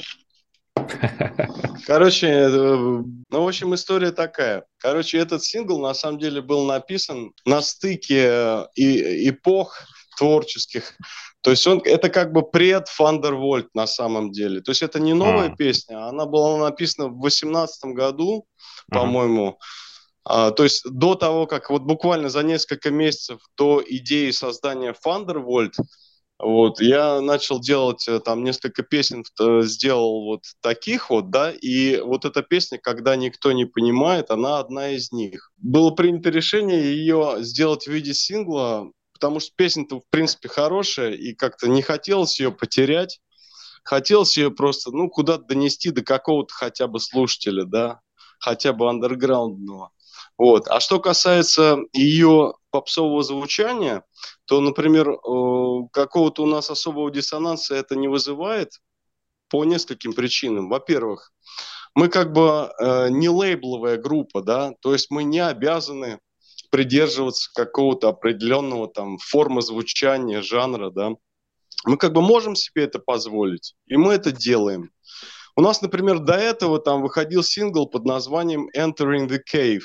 D: Короче, ну, в общем, история такая. Короче, этот сингл на самом деле был написан на стыке и, эпох творческих. То есть он, это как бы пред Thundervolt на самом деле. То есть это не новая а. песня, она была написана в восемнадцатом году, ага. по-моему. А, то есть до того, как вот буквально за несколько месяцев до идеи создания Thundervolt, вот, я начал делать там несколько песен, сделал вот таких вот, да, и вот эта песня, когда никто не понимает, она одна из них. Было принято решение ее сделать в виде сингла, потому что песня-то, в принципе, хорошая, и как-то не хотелось ее потерять. Хотелось ее просто, ну, куда-то донести до какого-то хотя бы слушателя, да, хотя бы андерграундного. Вот. А что касается ее попсового звучания, то, например, какого-то у нас особого диссонанса это не вызывает по нескольким причинам. Во-первых, мы как бы не лейбловая группа, да, то есть мы не обязаны придерживаться какого-то определенного там формы звучания, жанра, да. Мы как бы можем себе это позволить, и мы это делаем. У нас, например, до этого там выходил сингл под названием «Entering the Cave»,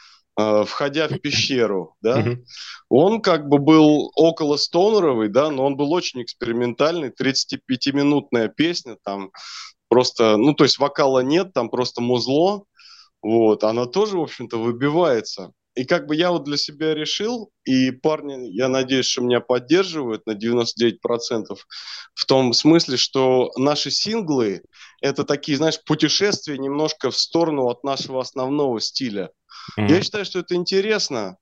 D: э, «Входя в пещеру», да. Mm-hmm. Он как бы был около стоунеровый, да, но он был очень экспериментальный, тридцатипятиминутная песня, там просто, ну, то есть вокала нет, там просто музло, вот, она тоже, в общем-то, выбивается. И как бы я вот для себя решил, и парни, я надеюсь, что меня поддерживают на девяносто девять процентов, в том смысле, что наши синглы — это такие, знаешь, путешествия немножко в сторону от нашего основного стиля. Mm-hmm. Я считаю, что это интересно.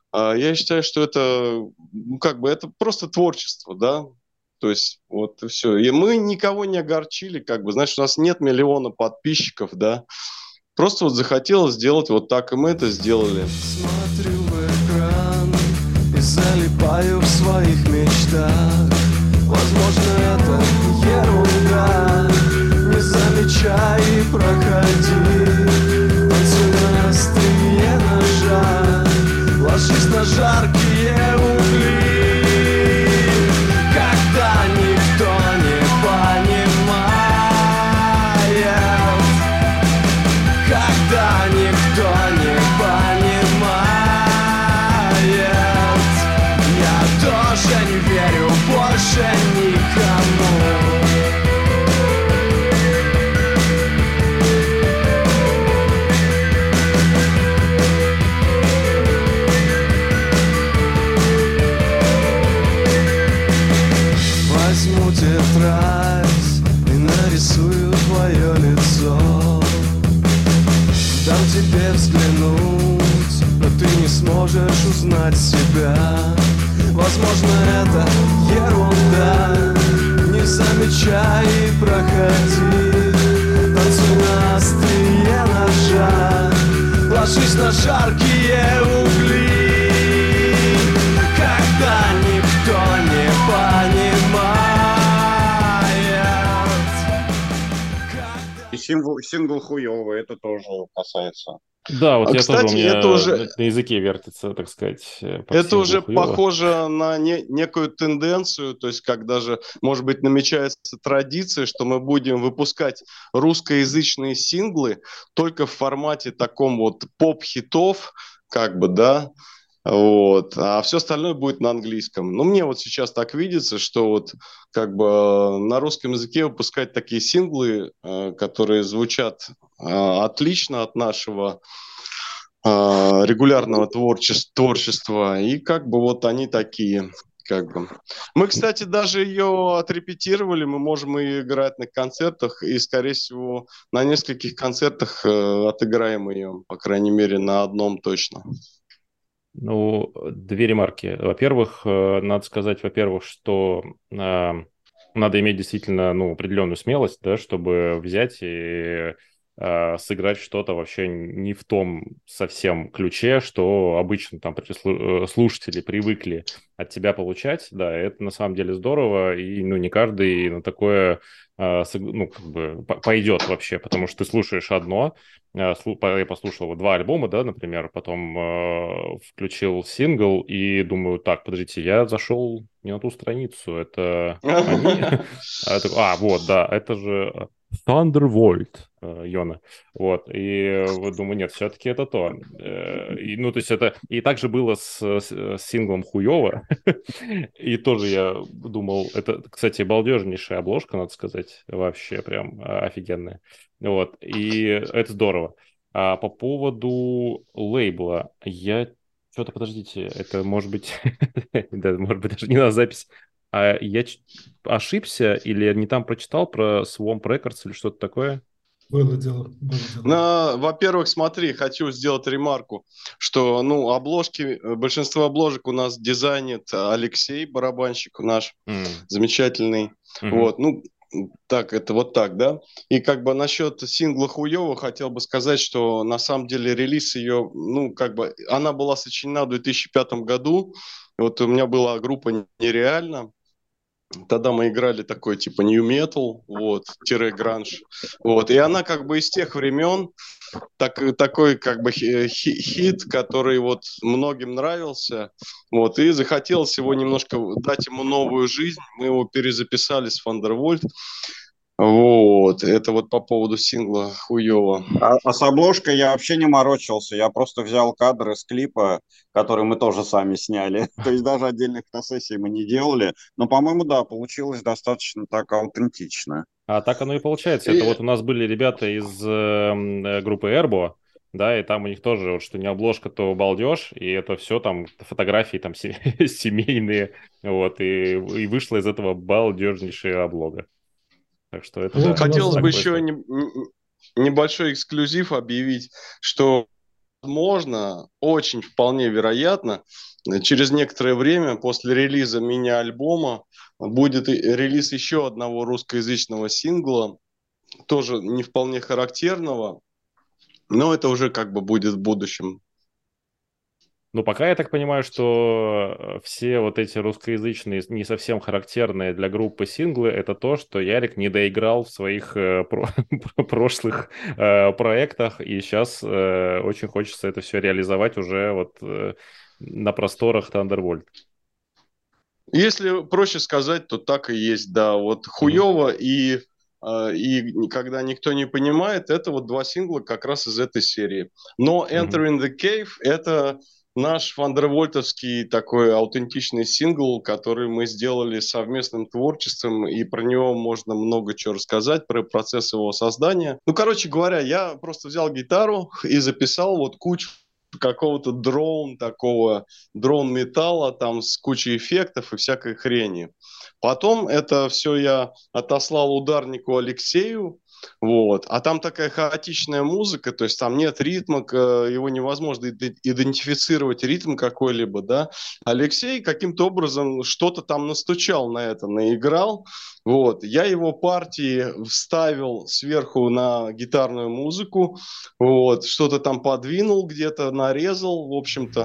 D: Я считаю, что это, ну, как бы, это просто творчество, да. То есть вот и все. И мы никого не огорчили, как бы, знаешь, у нас нет миллиона подписчиков, да. Просто вот захотелось сделать вот так, и мы это сделали.
F: Смотрю в экран и залипаю в своих мечтах. Возможно, это ерунда. Не залипаю. замечай и проходи. Танцуй на острие ножа, ложись на жаркие угли. Когда никто не понимает, когда никто не понимает, я тоже не верю больше никому. Возьму тетрадь и нарисую твое лицо, дам тебе взглянуть, но ты не сможешь узнать себя. Возможно, это ерунда, не замечай и проходи. Танцуй на острие ножа, ложись на жаркие угли. Когда никто не понимает.
C: И символ, сингл хуёвый, это тоже касается.
B: Да, вот
D: А,
B: я
D: кстати,
B: тоже, у меня
D: это уже-
B: на- на языке вертится, так сказать. э, по
D: Это
B: всему
D: уже
B: хуёво.
D: похоже на не- некую тенденцию, то есть как даже, может быть, намечается традиция, что мы будем выпускать русскоязычные синглы только в формате таком вот поп-хитов, как бы, да, вот, а все остальное будет на английском. Но мне вот сейчас так видится, что вот как бы на русском языке выпускать такие синглы, э, которые звучат э, отлично от нашего а, регулярного творчества, творчества, и как бы вот они такие, как бы. Мы, кстати, даже ее отрепетировали, мы можем ее играть на концертах, и, скорее всего, на нескольких концертах э, отыграем ее, по крайней мере, на одном точно.
B: Ну, две ремарки. Во-первых, э, надо сказать, во-первых, что э, надо иметь действительно, ну, определенную смелость, да, чтобы взять и э, сыграть что-то вообще не в том совсем ключе, что обычно там прислу- э, слушатели привыкли от тебя получать. Да, это на самом деле здорово, и, ну, не каждый на такое, э, сог- ну, как бы по- пойдет вообще, потому что ты слушаешь одно. Э, слу- по- Я послушал вот два альбома, да, например, потом э, включил сингл и думаю, так, подождите, я зашел не на ту страницу, это они? А, я такой, «А, вот, да, это же Thunderbolt, э, Йона». Вот, и вот думаю, нет, все-таки это то. Э, и, ну, то есть это... И также было с, с- с синглом «Хуёво». И тоже я думал, это, кстати, балдежнейшая обложка, надо сказать, вообще прям э, офигенная. Вот, и это здорово. А по поводу лейбла, я что-то, подождите, это может быть, да, может быть, даже не на запись. А я ч- ошибся или не там прочитал про Swamp Records или что-то такое?
E: Было дело, было дело.
D: На, во-первых, смотри, хочу сделать ремарку, что, ну, обложки, э, большинство обложек у нас дизайнит Алексей, барабанщик наш,
B: М,
D: замечательный.
B: мгм.
D: Вот, ну, так, это вот так, да. И как бы насчет сингла «Хуёво» хотел бы сказать, что на самом деле релиз ее, ну, как бы, она была сочинена в две тысячи пятом году. Вот у меня была группа «Нереально». Тогда мы играли такой типа new metal, вот, тире гранж, вот, и она как бы из тех времен, так, такой как бы хи- хи- хит, который вот многим нравился, вот, и захотелось его немножко дать ему новую жизнь, мы его перезаписали с Thunderbolt, вот, это вот по поводу сингла «Хуёво».
C: А, а с обложкой я вообще не морочился. Я просто взял кадры с клипа, который мы тоже сами сняли. То есть даже отдельных фотосессий мы не делали. Но, по-моему, да, получилось достаточно так аутентично.
B: А так оно и получается. Это
D: И-
B: вот у нас были ребята из э, м, э, группы Эрбо, да, и там у них тоже, вот, что не обложка, то балдеж, и это все там фотографии там се- семейные, вот, и, и вышла из этого балдежнейшая облога. Так что это
E: Вот
B: да.
E: у нас
D: Хотелось бы
E: запись.
D: еще не- не- небольшой эксклюзив объявить, что возможно, очень вполне вероятно, э, через некоторое время после релиза мини-альбома будет и релиз еще одного русскоязычного сингла, тоже не вполне характерного, но это уже как бы будет в будущем.
B: Ну, пока я так понимаю, что все вот эти русскоязычные, не совсем характерные для группы синглы, это то, что Ярик не доиграл в своих э, про- прошлых э, проектах, и сейчас э, очень хочется это все реализовать уже вот э, на просторах Thunderbolt.
D: Если проще сказать, то так и есть, да. Вот
B: Мгм.
D: хуево и, э, и когда никто не понимает, это вот два сингла как раз из этой серии. Но
B: Мгм.
D: Enter in the Cave это наш фандервольтовский такой аутентичный сингл, который мы сделали совместным творчеством, и про него можно много чего рассказать, про процесс его создания. Ну, короче говоря, я просто взял гитару и записал вот кучу какого-то дрон такого, дрон металла там с кучей эффектов и всякой хрени. Потом это все я отослал ударнику Алексею, вот. А там такая хаотичная музыка, то есть там нет ритма, к- его невозможно иде- идентифицировать ритм какой-либо, да. Алексей каким-то образом что-то там настучал на это, наиграл, вот. Я его партии вставил сверху на гитарную музыку, вот. Что-то там подвинул где-то, нарезал, в общем-то.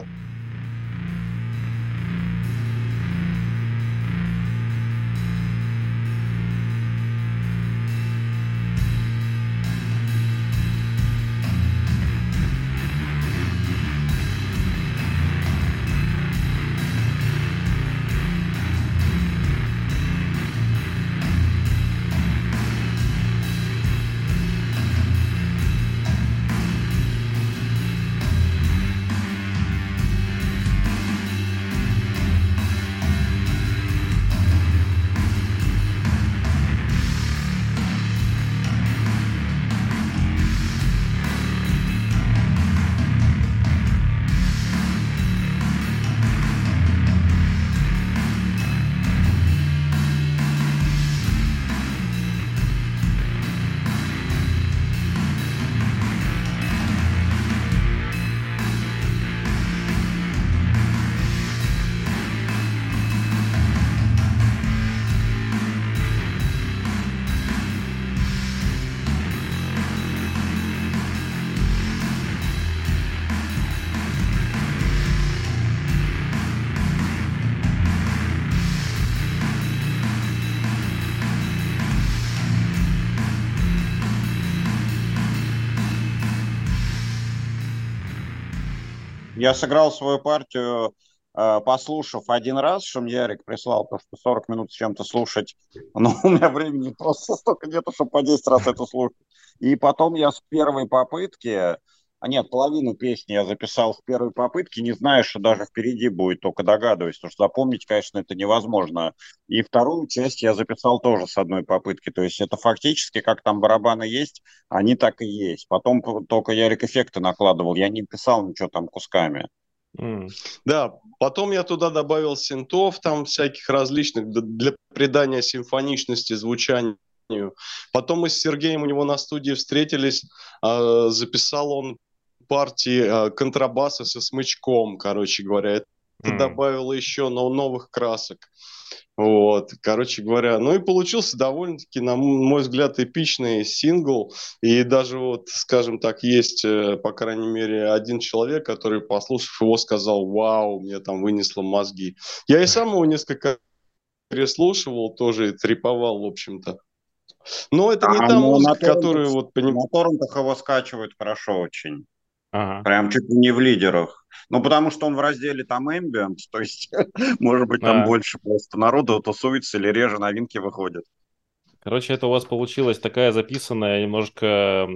C: Я сыграл свою партию, э, послушав один раз, что мне Ярик прислал, то, что сорок минут с чем-то слушать, но у меня времени просто столько нету, чтобы по десять раз это слушать. И потом я с первой попытки, а нет, половину песни я записал в первой попытке, не зная, что даже впереди будет, только догадываюсь, потому что запомнить, конечно, это невозможно. И вторую часть я записал тоже с одной попытки, то есть это фактически, как там барабаны есть, они так и есть. Потом только Ярик эффекты накладывал, я не писал ничего там кусками.
B: М.
D: Да, потом я туда добавил синтов там всяких различных д- для придания симфоничности звучанию. Потом мы с Сергеем у него на студии встретились, а, записал он партии а, контрабаса со смычком, короче говоря. Это
B: М.
D: добавило еще но- новых красок. Вот, короче говоря, ну и получился довольно-таки, на мой взгляд, эпичный сингл. И даже вот, скажем так, есть, э, по крайней мере, один человек, который, послушав его, сказал: вау, мне там вынесло мозги. Я и сам его несколько переслушивал, тоже и треповал, в общем-то. Но это не
C: А
D: та
C: ну, на
D: музыка,
C: торрентах,
D: которую вот поним-
C: на торрентах его скачивают хорошо очень.
B: Ага.
C: Прям чуть ли не в лидерах. Ну, потому что он в разделе там ambient, то есть, может быть, там
B: А.
C: больше просто народу тусуется или реже новинки выходят.
B: Короче, это у вас получилась такая записанная немножко э,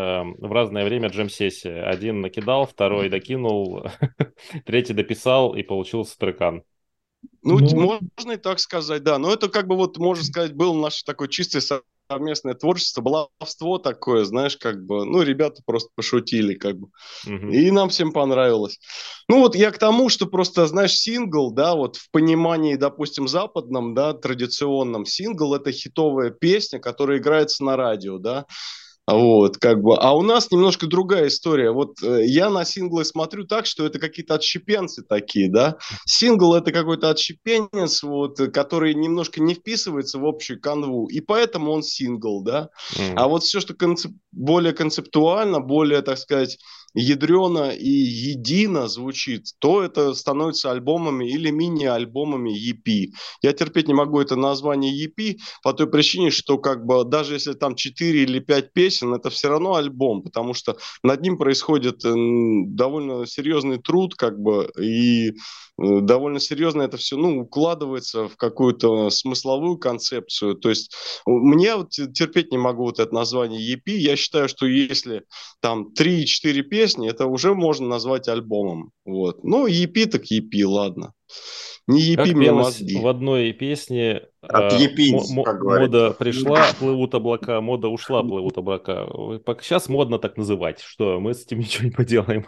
B: в разное время джем-сессия. Один накидал, второй докинул, третий дописал, и получился трекан.
D: Ну, т-
E: Ну,
D: можно и так сказать, да. Но это как бы вот, можно сказать, было наше такое чистое совместное творчество, баловство такое, знаешь, как бы, ну, ребята просто пошутили, как бы.
B: Мгм.
D: И нам всем понравилось. Ну вот я к тому, что просто, знаешь, сингл, да, вот в понимании, допустим, западном, да, традиционном, сингл — это хитовая песня, которая играется на радио, да. Вот, как бы. А у нас немножко другая история. Вот э, я на синглы смотрю так, что это какие-то отщепенцы такие, да. Сингл — это какой-то отщепенец, вот, э, который немножко не вписывается в общую канву, и поэтому он сингл, да. А
B: М.
D: вот все, что концеп- более концептуально, более, так сказать, ядрено и едино звучит, то это становится альбомами или мини-альбомами и пи. Я терпеть не могу это название и пи по той причине, что как бы даже если там четыре или пять песен, это все равно альбом, потому что над ним происходит довольно серьезный труд, как бы, и довольно серьезно это все, ну, укладывается в какую-то смысловую концепцию. То есть мне вот терпеть не могу вот это название и пи. Я считаю, что если там три-четыре песни, это уже можно назвать альбомом. Вот. Ну, и пи так и пи, ладно. Не и пи
B: Как
D: мне
B: пелось
D: мозги.
B: в одной песне,
C: От
B: э,
C: епись,
B: мо- мо-
C: как
B: мода
C: говорится.
B: пришла, плывут облака, мода ушла, плывут облака. Сейчас модно так называть, что мы с этим ничего не поделаем.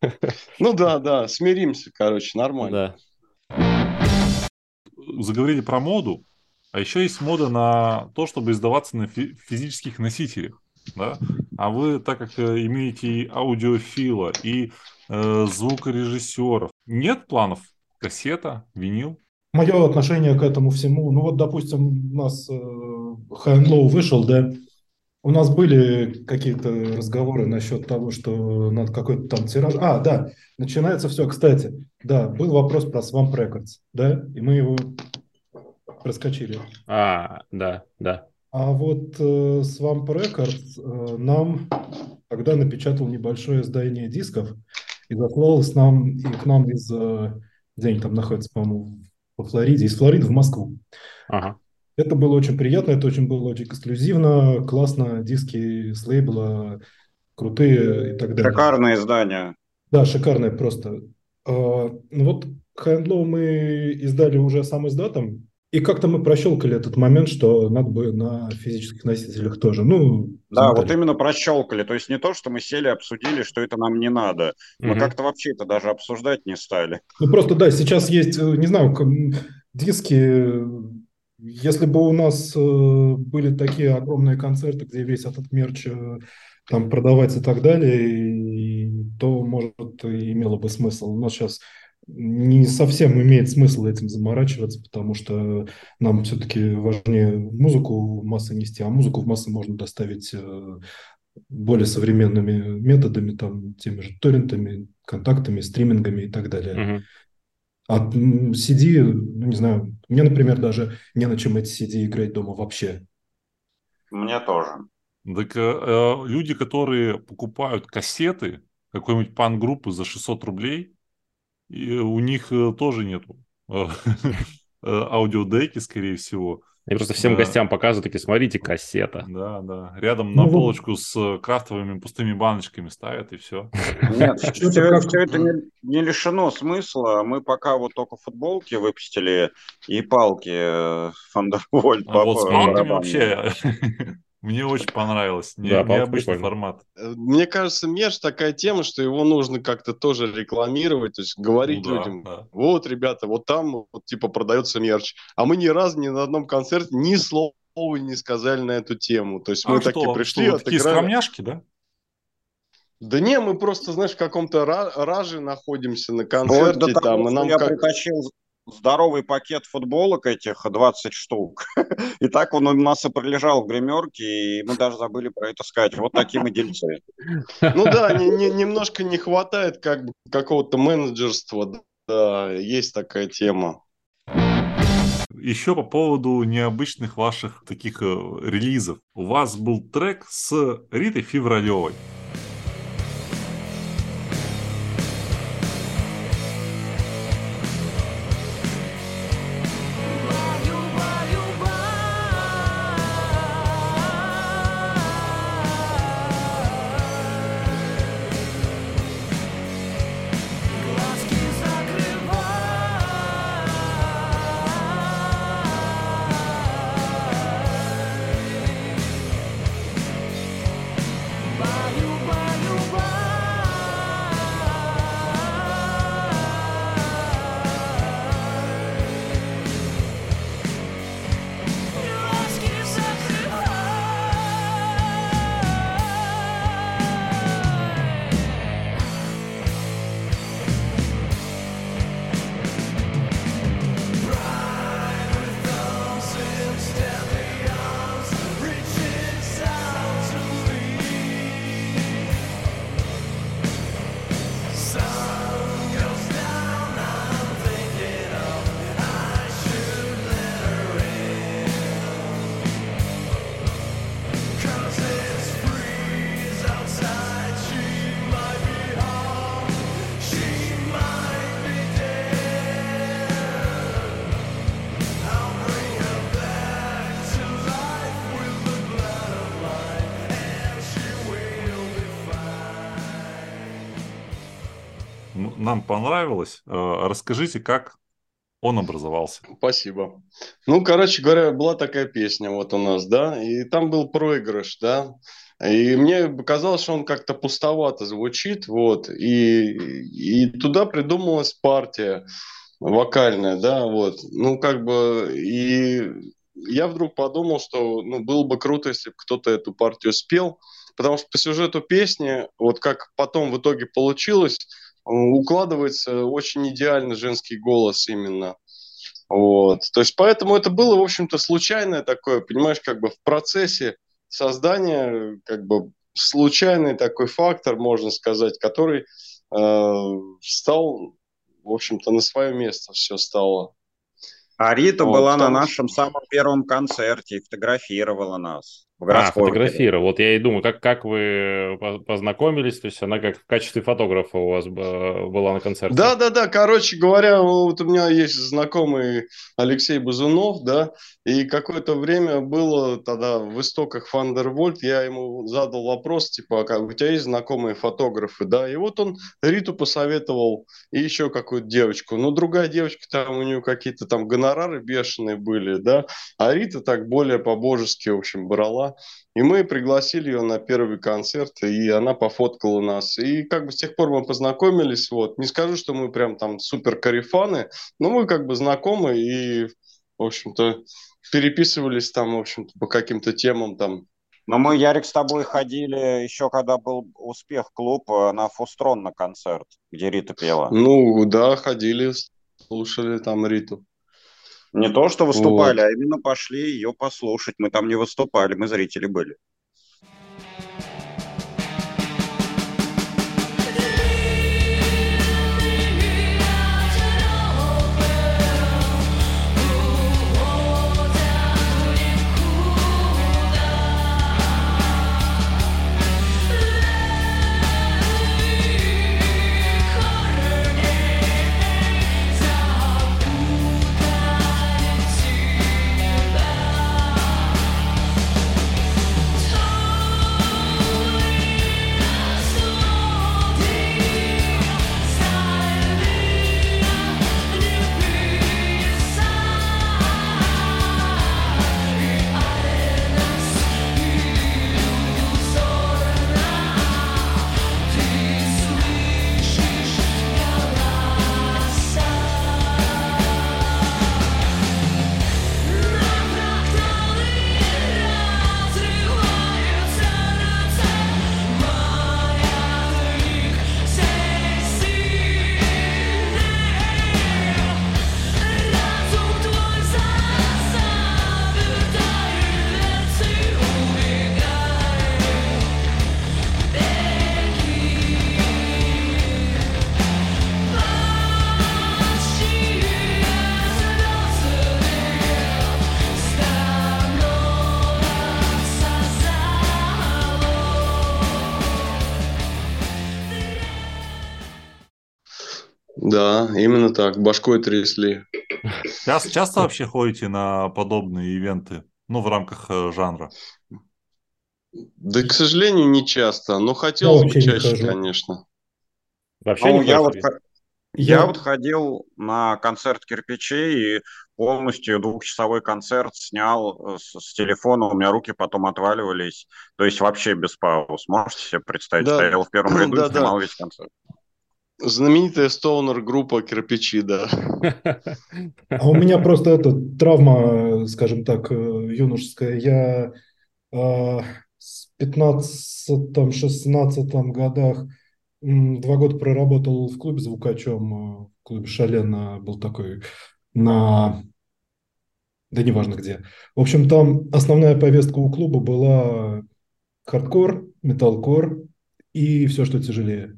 D: Ну да, да, смиримся, короче, нормально.
B: Да.
A: Заговорили про моду, а еще есть мода на то, чтобы издаваться на фи- физических носителях, да? А вы, так как э, имеете и аудиофила, и э, звукорежиссеров, нет планов? Кассета, винил?
E: Мое отношение к этому всему, ну вот, допустим, у нас э, High and Low вышел, да, у нас были какие-то разговоры насчет того, что надо какой-то там тираж. А, да, начинается все, кстати, да, был вопрос про Swamp Records, да, и мы его проскочили.
B: А, да, да.
E: А вот э, Swamp Records э, нам тогда напечатал небольшое издание дисков и заслал с нам, и к нам из, э, где они там находятся, по-моему, во Флориде, из Флориды в Москву.
B: Ага.
E: Это было очень приятно, это очень было очень эксклюзивно, классно, диски с лейбла крутые и так далее.
C: Шикарное издание.
E: Да, шикарное просто. А, ну вот High and Low мы издали уже сам издатом, и как-то мы прощелкали этот момент, что надо бы на физических носителях тоже. Ну,
C: Да, вот
E: замотали.
C: именно прощелкали. То есть не то, что мы сели, обсудили, что это нам не надо. Мы
B: Мгм.
C: как-то вообще это даже обсуждать не стали.
E: Ну просто да, сейчас есть, э, не знаю, к- диски. э, Если бы у нас э, были такие огромные концерты, где весь этот мерч э, там продавать и так далее, и- то, может, и имело бы смысл. У нас сейчас не совсем имеет смысл этим заморачиваться, потому что нам все-таки важнее музыку в массы нести, а музыку в массы можно доставить э, более современными методами, там, теми же торрентами, контактами, стримингами и так далее.
B: Мгм.
E: А м, си ди, ну, не знаю, мне, например, даже не на чем эти си ди играть дома вообще.
C: Мне тоже.
A: Так э, э, люди, которые покупают кассеты какой-нибудь панк-группы за шестьсот рублей, и у них э, тоже нету э, э, аудиодеки, скорее всего.
B: Я просто всем
A: Да.
B: гостям показываю, такие, смотрите, кассета.
A: Да, да. Рядом
E: Ну
A: на
E: вот.
A: полочку с э, крафтовыми пустыми баночками ставят, и все.
C: Нет,
E: Что-то
C: все,
E: как-
C: это не, не лишено смысла. Мы пока вот только футболки выпустили и палки э, Thunderbolt
A: А
C: по
A: вот с
C: по
A: палками
C: барабану.
A: вообще мне очень понравилось. Не-
B: Да, палки
A: Необычный
B: прикольно.
A: формат.
D: Мне кажется, мерч такая тема, что его нужно как-то тоже рекламировать, то есть говорить
A: Ну да,
D: людям,
A: да.
D: вот, ребята, вот там вот, типа продается мерч. А мы ни разу ни на одном концерте ни слова не сказали на эту тему. То есть мы
A: А
D: такие
A: что,
D: пришли,
A: что вы такие
D: отыграли.
A: скромняшки, да?
D: Да не, мы просто, знаешь, в каком-то ра- раже находимся на
C: Вплоть до
D: концерте,
C: того,
D: там, и
C: что
D: нам
C: я
D: как...
C: притащил здоровый пакет футболок этих, двадцать штук. И так он у нас и пролежал в гримерке, и мы даже забыли про это сказать. Вот такие мы дельцы.
D: Ну да, не- не- немножко не хватает как бы какого-то менеджерства, да, есть такая тема.
A: Еще по поводу необычных ваших таких э, релизов. У вас был трек с Ритой Февралевой.
F: Баю,
A: нам понравилось. Расскажите, как он образовался.
D: Спасибо. Ну, короче говоря, была такая песня вот у нас, да, и там был проигрыш, да, и мне показалось, что он как-то пустовато звучит, вот, и, и туда придумалась партия вокальная, да, вот, ну, как бы, и я вдруг подумал, что, ну, было бы круто, если бы кто-то эту партию спел, потому что по сюжету песни, вот как потом в итоге получилось, укладывается очень идеально женский голос именно. Вот. То есть поэтому это было, в общем-то, случайное такое, понимаешь, как бы в процессе создания, как бы случайный такой фактор, можно сказать, который э, стал, в общем-то, на свое место все стало.
C: А Рита
D: Вот,
C: была на
D: потому
C: нашем самом первом концерте и фотографировала нас в
B: А,
C: городской
B: фотографировал. Вот я и думаю, как, как вы по- познакомились, то есть она как в качестве фотографа у вас б- была на концерте.
D: Да, да, да, короче говоря, вот у меня есть знакомый Алексей Базунов, да, и какое-то время было тогда в истоках Фандервольт, я ему задал вопрос, типа, а как, у тебя есть знакомые фотографы, да, и вот он Риту посоветовал и еще какую-то девочку, ну, другая девочка, там у нее какие-то там гонорары бешеные были, да, а Рита так более по-божески, в общем, брала. И мы пригласили ее на первый концерт, и она пофоткала нас. И как бы с тех пор мы познакомились. Вот. Не скажу, что мы прям там супер карифаны, но мы как бы знакомы и, в общем-то, переписывались там, в общем-то, по каким-то темам там.
C: Но мы, Ярик, с тобой ходили еще, когда был успех клуб, на Фустрон на концерт, где Рита пела.
D: Ну, да, ходили, слушали там Риту.
C: Не то, что выступали,
D: Вот.
C: а именно пошли ее послушать. Мы там не выступали, мы зрители были.
D: Да, именно так, башкой трясли.
A: Часто, часто вообще ходите на подобные ивенты, ну, в рамках э, жанра?
D: Да, к сожалению, не часто, но
E: Я
D: хотелось бы
E: вообще не
D: чаще,
E: хожу.
D: конечно.
B: Вообще
C: Ну,
B: не
C: я вот,
B: ходите?
C: х- я
E: Я
C: вот ходил на концерт кирпичей и полностью двухчасовой концерт снял э, с, с телефона, у меня руки потом отваливались, то есть вообще без пауз. Можете себе представить,
D: Да,
C: стоял в первом ряду и
D: да, да.
C: снимал весь концерт.
D: Знаменитая стоунер-группа «Кирпичи», да.
E: А у меня просто это травма, скажем так, э, юношеская. Я э, с пятнадцатом-шестнадцатом годах м, два года проработал в клубе звукачом, э, в клубе «Шален», был такой на... Да неважно где. В общем, там основная повестка у клуба была хардкор, металкор и все, что тяжелее.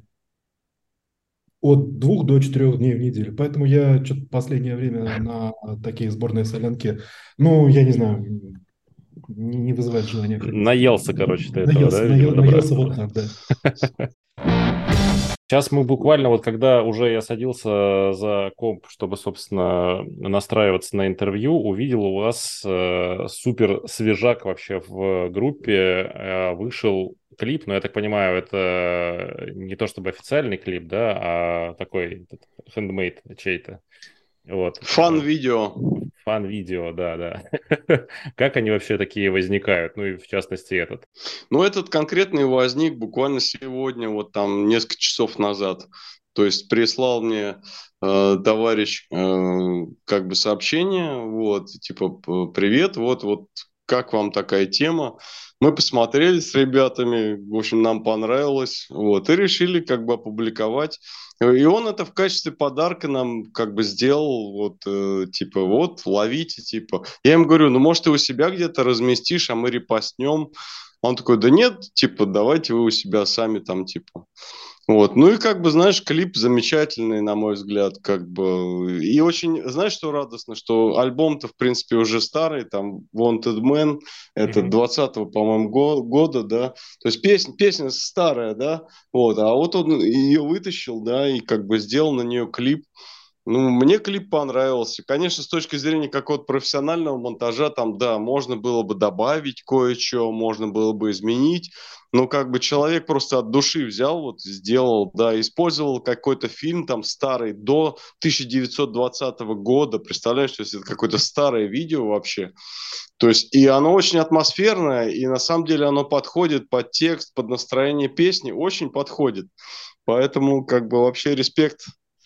E: От двух до четырех дней в неделю. Поэтому я что-то последнее время на такие сборные солянки, ну, я не знаю, не, не вызывает желания ходить.
B: Наелся, короче, ты этого,
E: Наелся,
B: да,
E: наел-
B: видимо, добра.
E: наелся вот так, да.
B: Сейчас мы буквально, вот когда уже я садился за комп, чтобы, собственно, настраиваться на интервью, увидел у вас э, супер свежак вообще в группе. Э, вышел клип, но я так понимаю, это не то чтобы официальный клип, да, а такой хендмейд чей-то. Вот.
D: Фан-видео.
B: Фан-видео, да, да. Как они вообще такие возникают? Ну и в частности этот.
D: Ну, этот конкретный возник буквально сегодня, вот там несколько часов назад. То есть прислал мне э, товарищ э, как бы сообщение, вот, типа, привет, вот, вот, как вам такая тема? Мы посмотрели с ребятами, в общем, нам понравилось, вот, и решили как бы опубликовать. И он это в качестве подарка нам как бы сделал, вот, э, типа, вот, ловите, типа. Я им говорю, ну, может, ты у себя где-то разместишь, а мы репостнем. Он такой, да нет, типа, давайте вы у себя сами там, типа. Вот. Ну и как бы, знаешь, клип замечательный, на мой взгляд, как бы. И очень, знаешь, что радостно, что альбом-то, в принципе, уже старый, там, Wanted Man, это
B: Мгм.
D: двадцатого, по-моему, го- года, да. То есть песня, песня старая, да, вот, а вот он ее вытащил, да, и как бы сделал на нее клип. Ну, мне клип понравился. Конечно, с точки зрения какого-то профессионального монтажа, там, да, можно было бы добавить кое-что, можно было бы изменить, но как бы человек просто от души взял, вот, сделал, да, использовал какой-то фильм там старый до тысяча девятьсот двадцатого года, представляешь, то есть это какое-то старое видео вообще, то есть и оно очень атмосферное, и на самом деле оно подходит под текст, под настроение песни, очень подходит, поэтому как бы вообще респект.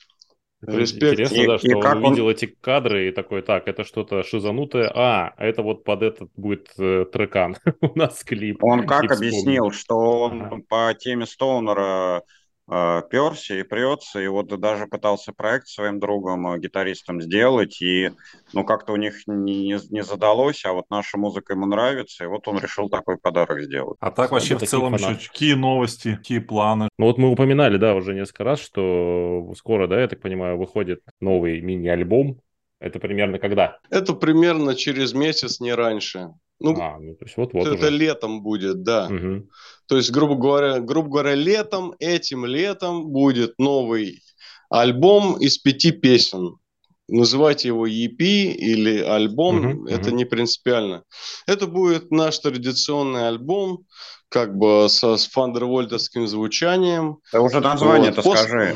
B: Это
D: Респект.
B: интересно,
C: И,
B: да,
C: и
B: что он
C: как
B: увидел
C: он,
B: эти кадры и такой, так, это что-то шизанутое, а, это вот под этот будет э, трекан, у нас клип,
C: он
B: и
C: как
B: вспомнил.
C: объяснил, что
B: Ага.
C: он по теме Стоунера э, перся и прется, и вот даже пытался проект своим другом, э, гитаристом сделать, и ну как-то у них не, не задалось, а вот наша музыка ему нравится, и вот он решил такой подарок сделать.
A: А так
B: Вот
A: вообще
B: для
A: в
B: таких
A: целом еще
B: фанатов.
A: какие новости, какие планы?
B: Ну вот мы упоминали, да, уже несколько раз, что скоро, да, я так понимаю, выходит новый мини-альбом. Это примерно когда?
D: Это примерно через месяц, не раньше. Ну,
B: А, ну то есть вот-вот
D: это
B: уже.
D: летом будет, да.
B: Мгм.
D: То есть, грубо говоря, грубо говоря, летом, этим летом будет новый альбом из пяти песен. Называйте его и пи или
B: Мгм.
D: альбом, это
B: Мгм.
D: не принципиально. Это будет наш традиционный альбом, как бы со, с фандервольтовским звучанием.
C: Ты уже
D: Вот.
C: название-то
D: После...
C: скажи.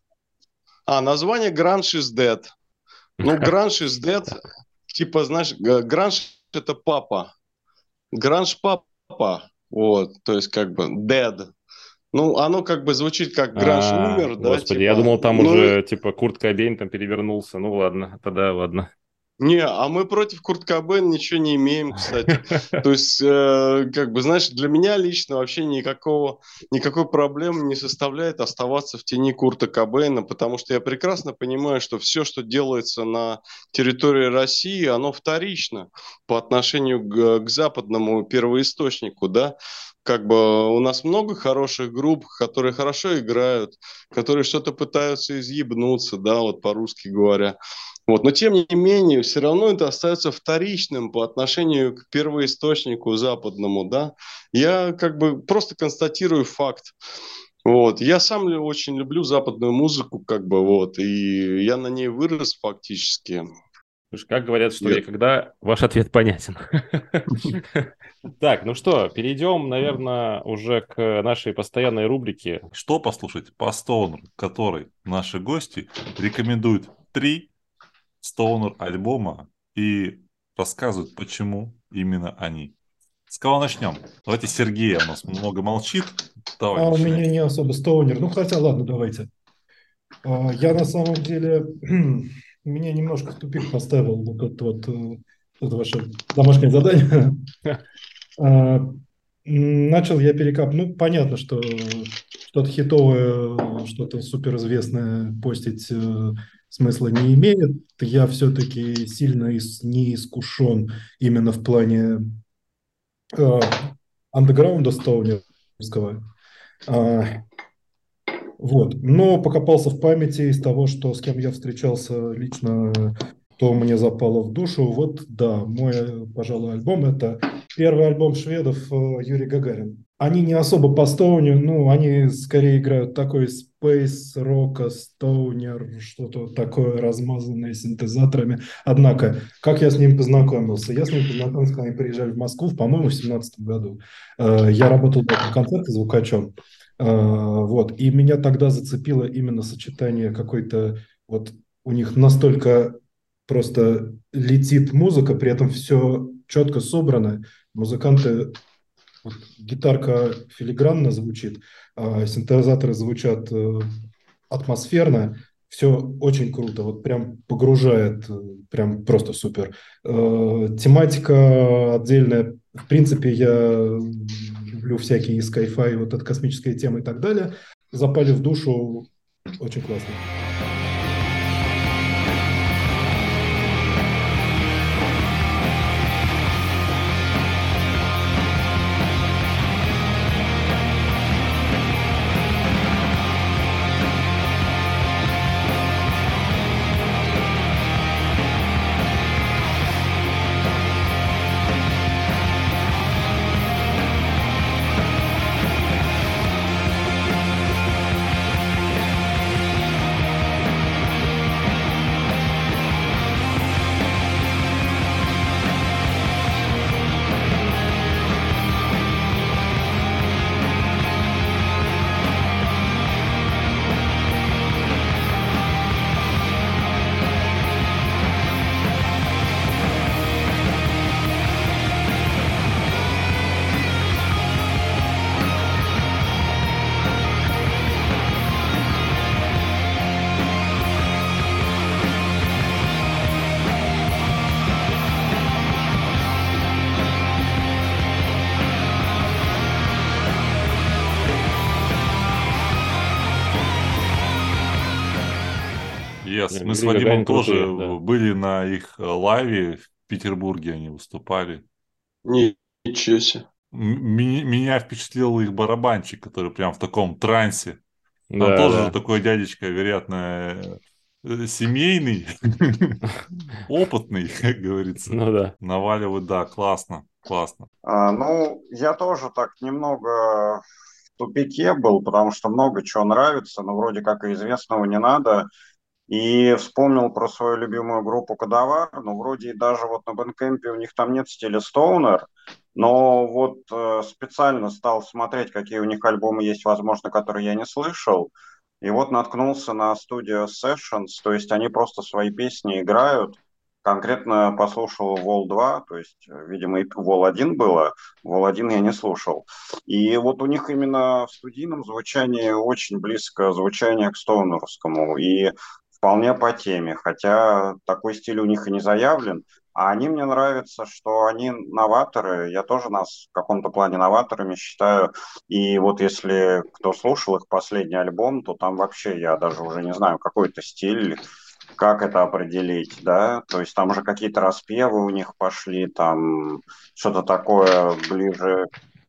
D: А, название Grunge is Dead. Ну, Grunge is Dead, типа, знаешь, г- Grunge это папа. Гранж папа, вот, то есть как бы dead. Ну, оно как бы звучит как Гранж
B: А,
D: умер, да,
B: господи, я
D: типа.
B: думал, там
D: Ну,
B: уже, типа, Курт Кобейн там перевернулся. Ну ладно, тогда ладно.
D: не, а мы против Курт Кобейна ничего не имеем, кстати. То есть, э, как бы, знаешь, для меня лично вообще никакого, никакой проблемы не составляет оставаться в тени Курта Кобейна, потому что я прекрасно понимаю, что все, что делается на территории России, оно вторично по отношению к, к западному первоисточнику, да. Как бы у нас много хороших групп, которые хорошо играют, которые что-то пытаются изъебнуться, да, вот по-русски говоря. Вот. Но тем не менее, все равно это остается вторичным по отношению к первоисточнику западному. Да? Я как бы просто констатирую факт. Вот. Я сам ли- очень люблю западную музыку, как бы, вот, и я на ней вырос фактически.
B: Слушай, как говорят, что
D: Я-
B: и когда ваш ответ понятен. Так, ну что, перейдем, наверное, уже к нашей постоянной рубрике.
A: Что послушать по Стоунеру, который наши гости рекомендуют три Стоунер альбома и рассказывают, почему именно они. С кого начнем? Давайте Сергей у нас много молчит. Давай,
E: А у меня
A: начинай.
E: не особо стоунер. Ну, хотя, ладно, давайте. А, Я на самом деле, меня немножко в тупик поставил вот это вот, э, это ваше домашнее задание. А, м, Начал я перекап. Ну, понятно, что что-то хитовое, что-то суперизвестное постить э, смысла не имеет. Я все-таки сильно ис- не искушен именно в плане э, андеграунда стоунерского. А, Вот. Но покопался в памяти из того, что с кем я встречался лично, то мне запало в душу. Вот, да, мой, пожалуй, альбом – это первый альбом шведов э, Юрий Гагарин. Они не особо по стоуне, ну, они скорее играют такой спейс, рока, стоунер, что-то такое размазанное синтезаторами. Однако, как я с ним познакомился? Я с ним познакомился, когда они приезжали в Москву, по-моему, в семнадцатом году. Э, Я работал на концерте звукачом, Э, вот, и меня тогда зацепило именно сочетание какой-то, вот у них настолько просто летит музыка, при этом все четко собрано, музыканты вот гитарка филигранно звучит, а синтезаторы звучат э, атмосферно. Все очень круто, вот прям погружает, э, прям просто супер. Э, тематика отдельная. В принципе, я люблю всякие sci-fi, вот эта космическая тема и так далее. Запали в душу, очень классно.
A: Yes. Мы с
B: Юрий
A: Вадимом
B: Гагарин
A: тоже
B: крутые, да.
A: были на их э, лайве в Петербурге, они выступали.
D: Ни- Ничего себе.
A: М- ми- Меня впечатлил их барабанщик, который прям в таком трансе. Там
B: Да,
A: тоже
B: да.
A: такой дядечка, вероятно, э, семейный, опытный, как говорится.
B: Ну да.
A: Наваливают, да, классно, классно.
C: А, ну, я тоже так немного в тупике был, потому что много чего нравится, но вроде как и известного не надо. И вспомнил про свою любимую группу Кадавар. Ну, вроде и даже вот на Бэндкэмпе у них там нет стиля стоунер, но вот э, специально стал смотреть, какие у них альбомы есть, возможно, которые я не слышал. И вот наткнулся на Studio Sessions, то есть они просто свои песни играют. Конкретно послушал Вол два, то есть, э, видимо, и Вол один было, Вол один я не слушал. И вот у них именно в студийном звучании очень близко звучание к стоунерскому. И вполне по теме, хотя такой стиль у них и не заявлен. А они мне нравятся, что они новаторы, я тоже нас в каком-то плане новаторами считаю. И вот если кто слушал их последний альбом, то там вообще я даже уже не знаю, какой это стиль, как это определить, да? То есть там уже какие-то распевы у них пошли, там что-то такое ближе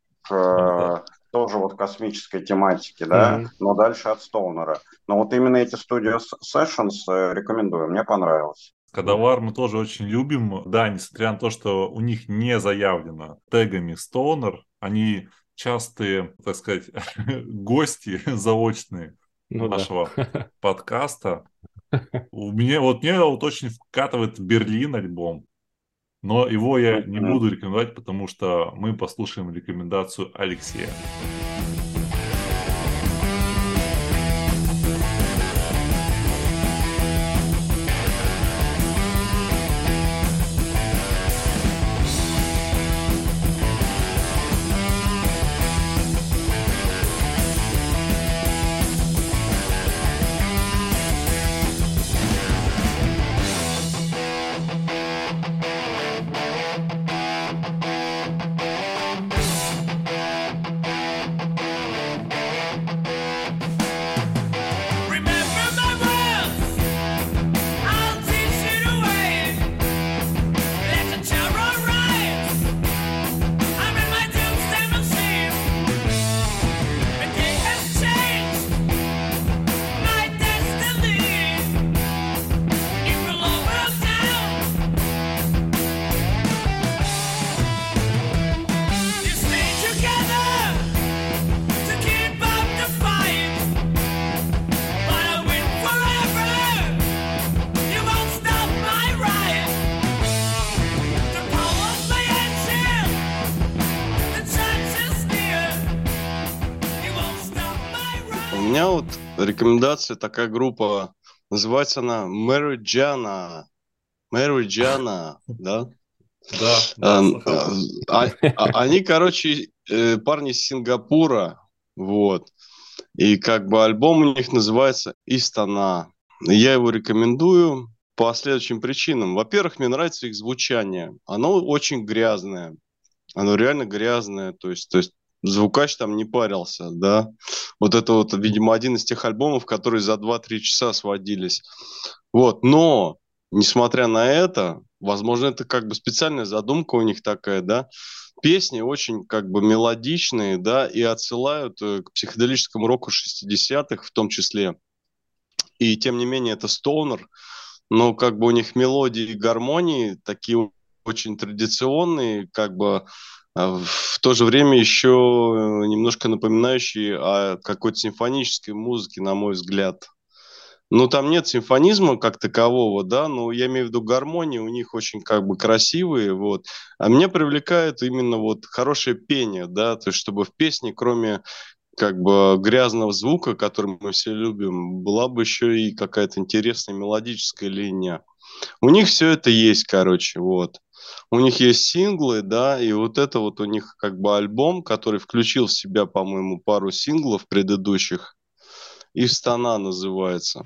C: к тоже вот космической тематике, да,
B: Мгм.
C: но дальше от Стоунера. Но вот именно эти Studio Sessions э, рекомендую, мне понравилось.
A: Кадавар мы тоже очень любим. Да, несмотря на то, что у них не заявлено тегами Stoner, они частые, так сказать, гости заочные
B: Ну да.
A: нашего подкаста. У меня вот мне вот очень вкатывает Берлин альбом, но его я не
C: Мгм.
A: буду рекомендовать, потому что мы послушаем рекомендацию Алексея.
D: рекомендация, такая группа, называется она Marriageana. Marriageana, да?
A: Да, да,
D: А,
A: слыхал.
D: а, а, Они, короче, э, парни из Сингапура, вот. И как бы альбом у них называется «Истана». Я его рекомендую по следующим причинам. Во-первых, мне нравится их звучание. Оно очень грязное. Оно реально грязное. То есть, то есть звукач там не парился, да. Вот это вот, видимо, один из тех альбомов, которые за два-три часа сводились. Вот, но, несмотря на это, возможно, это как бы специальная задумка у них такая, да, песни очень как бы мелодичные, да, и отсылают э, к психоделическому року шестидесятых в том числе. И тем не менее это стоунер, но как бы у них мелодии и гармонии такие очень традиционные, как бы а в то же время еще немножко напоминающие о какой-то симфонической музыке, на мой взгляд. Ну, там нет симфонизма как такового, да, но я имею в виду гармонии, у них очень как бы красивые, вот. А меня привлекает именно вот хорошее пение, да, то есть чтобы в песне, кроме как бы грязного звука, который мы все любим, была бы еще и какая-то интересная мелодическая линия. У них все это есть, короче, вот. У них есть синглы, да, и вот это вот у них как бы альбом, который включил в себя, по-моему, пару синглов предыдущих. «Истана» называется.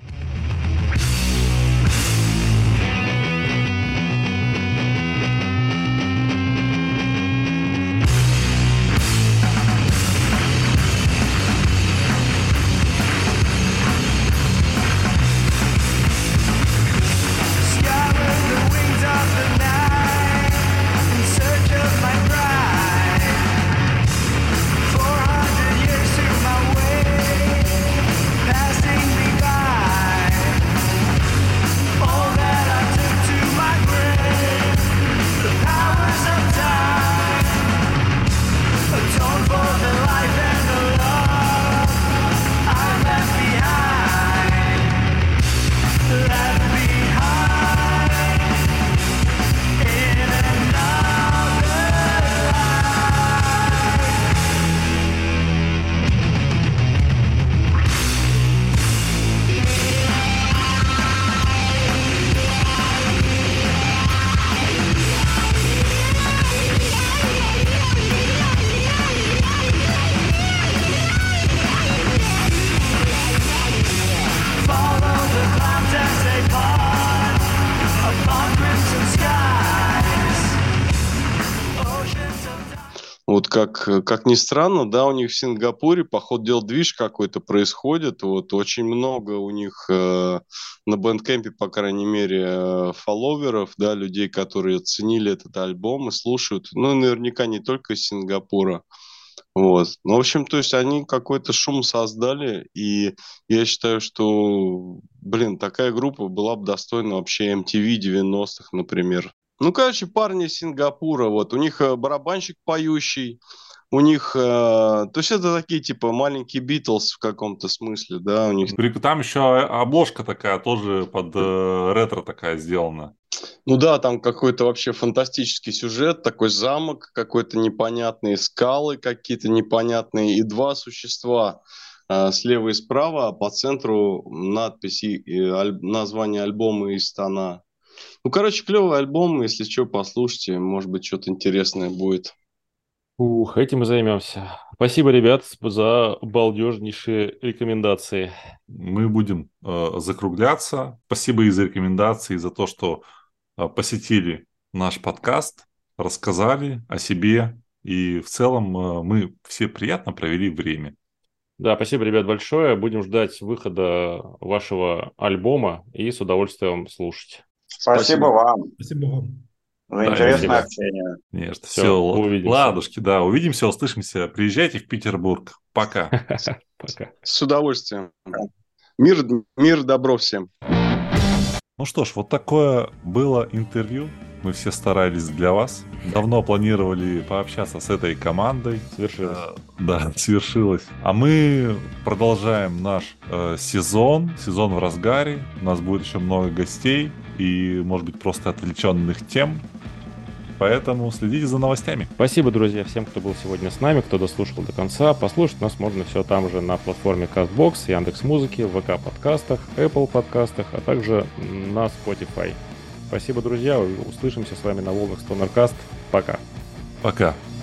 D: Вот как, как ни странно, да, у них в Сингапуре, по ходу дела, движ какой-то происходит. Вот очень много у них э, на Bandcamp'е, по крайней мере, э, фолловеров, да, людей, которые оценили этот альбом и слушают. Ну, наверняка не только из Сингапура. Вот. Ну, в общем, то есть они какой-то шум создали, и я считаю, что, блин, такая группа была бы достойна вообще эм ти ви девяностых, например. Ну, короче, парни из Сингапура, вот, у них э, барабанщик поющий, у них, э, то есть это такие, типа, маленькие Битлз в каком-то смысле, да, у них.
A: Там еще обложка такая, тоже под э, ретро такая сделана.
D: Ну да, там какой-то вообще фантастический сюжет, такой замок какой-то непонятный, скалы какие-то непонятные и два существа э, слева и справа, а по центру надпись и, и аль- название альбома «Истана». Ну, короче, клевый альбом, если что, послушайте, может быть, что-то интересное будет.
B: Ух, этим мы займемся. Спасибо, ребят, за балдежнейшие рекомендации.
A: Мы будем э, закругляться. Спасибо и за рекомендации, и за то, что э, посетили наш подкаст, рассказали о себе. И в целом э, мы все приятно провели время.
B: Да, спасибо, ребят, большое. Будем ждать выхода вашего альбома и с удовольствием слушать.
C: Спасибо,
D: Спасибо.
C: вам
E: Спасибо вам.
C: за
A: Да,
C: интересное
B: спасибо.
C: общение.
A: Нет,
B: Всё,
A: все,
B: увидимся.
A: ладушки, да, увидимся, услышимся. Приезжайте в Петербург. Пока.
B: Пока.
D: С удовольствием. Мир, мир, добро всем.
A: Ну что ж, вот такое было интервью. Мы все старались для вас. Давно планировали пообщаться с этой командой.
B: Свершилось.
A: Э, Да, свершилось. А мы продолжаем наш э, сезон. Сезон в разгаре. У нас будет еще много гостей и, может быть, просто отвлеченных тем. Поэтому следите за новостями.
B: Спасибо, друзья, всем, кто был сегодня с нами, кто дослушал до конца. Послушать нас можно все там же на платформе CastBox, Яндекс.Музыки, в ВК подкастах, Apple подкастах, а также на Spotify. Спасибо, друзья. Услышимся с вами на волнах Stonercast. Пока.
A: Пока.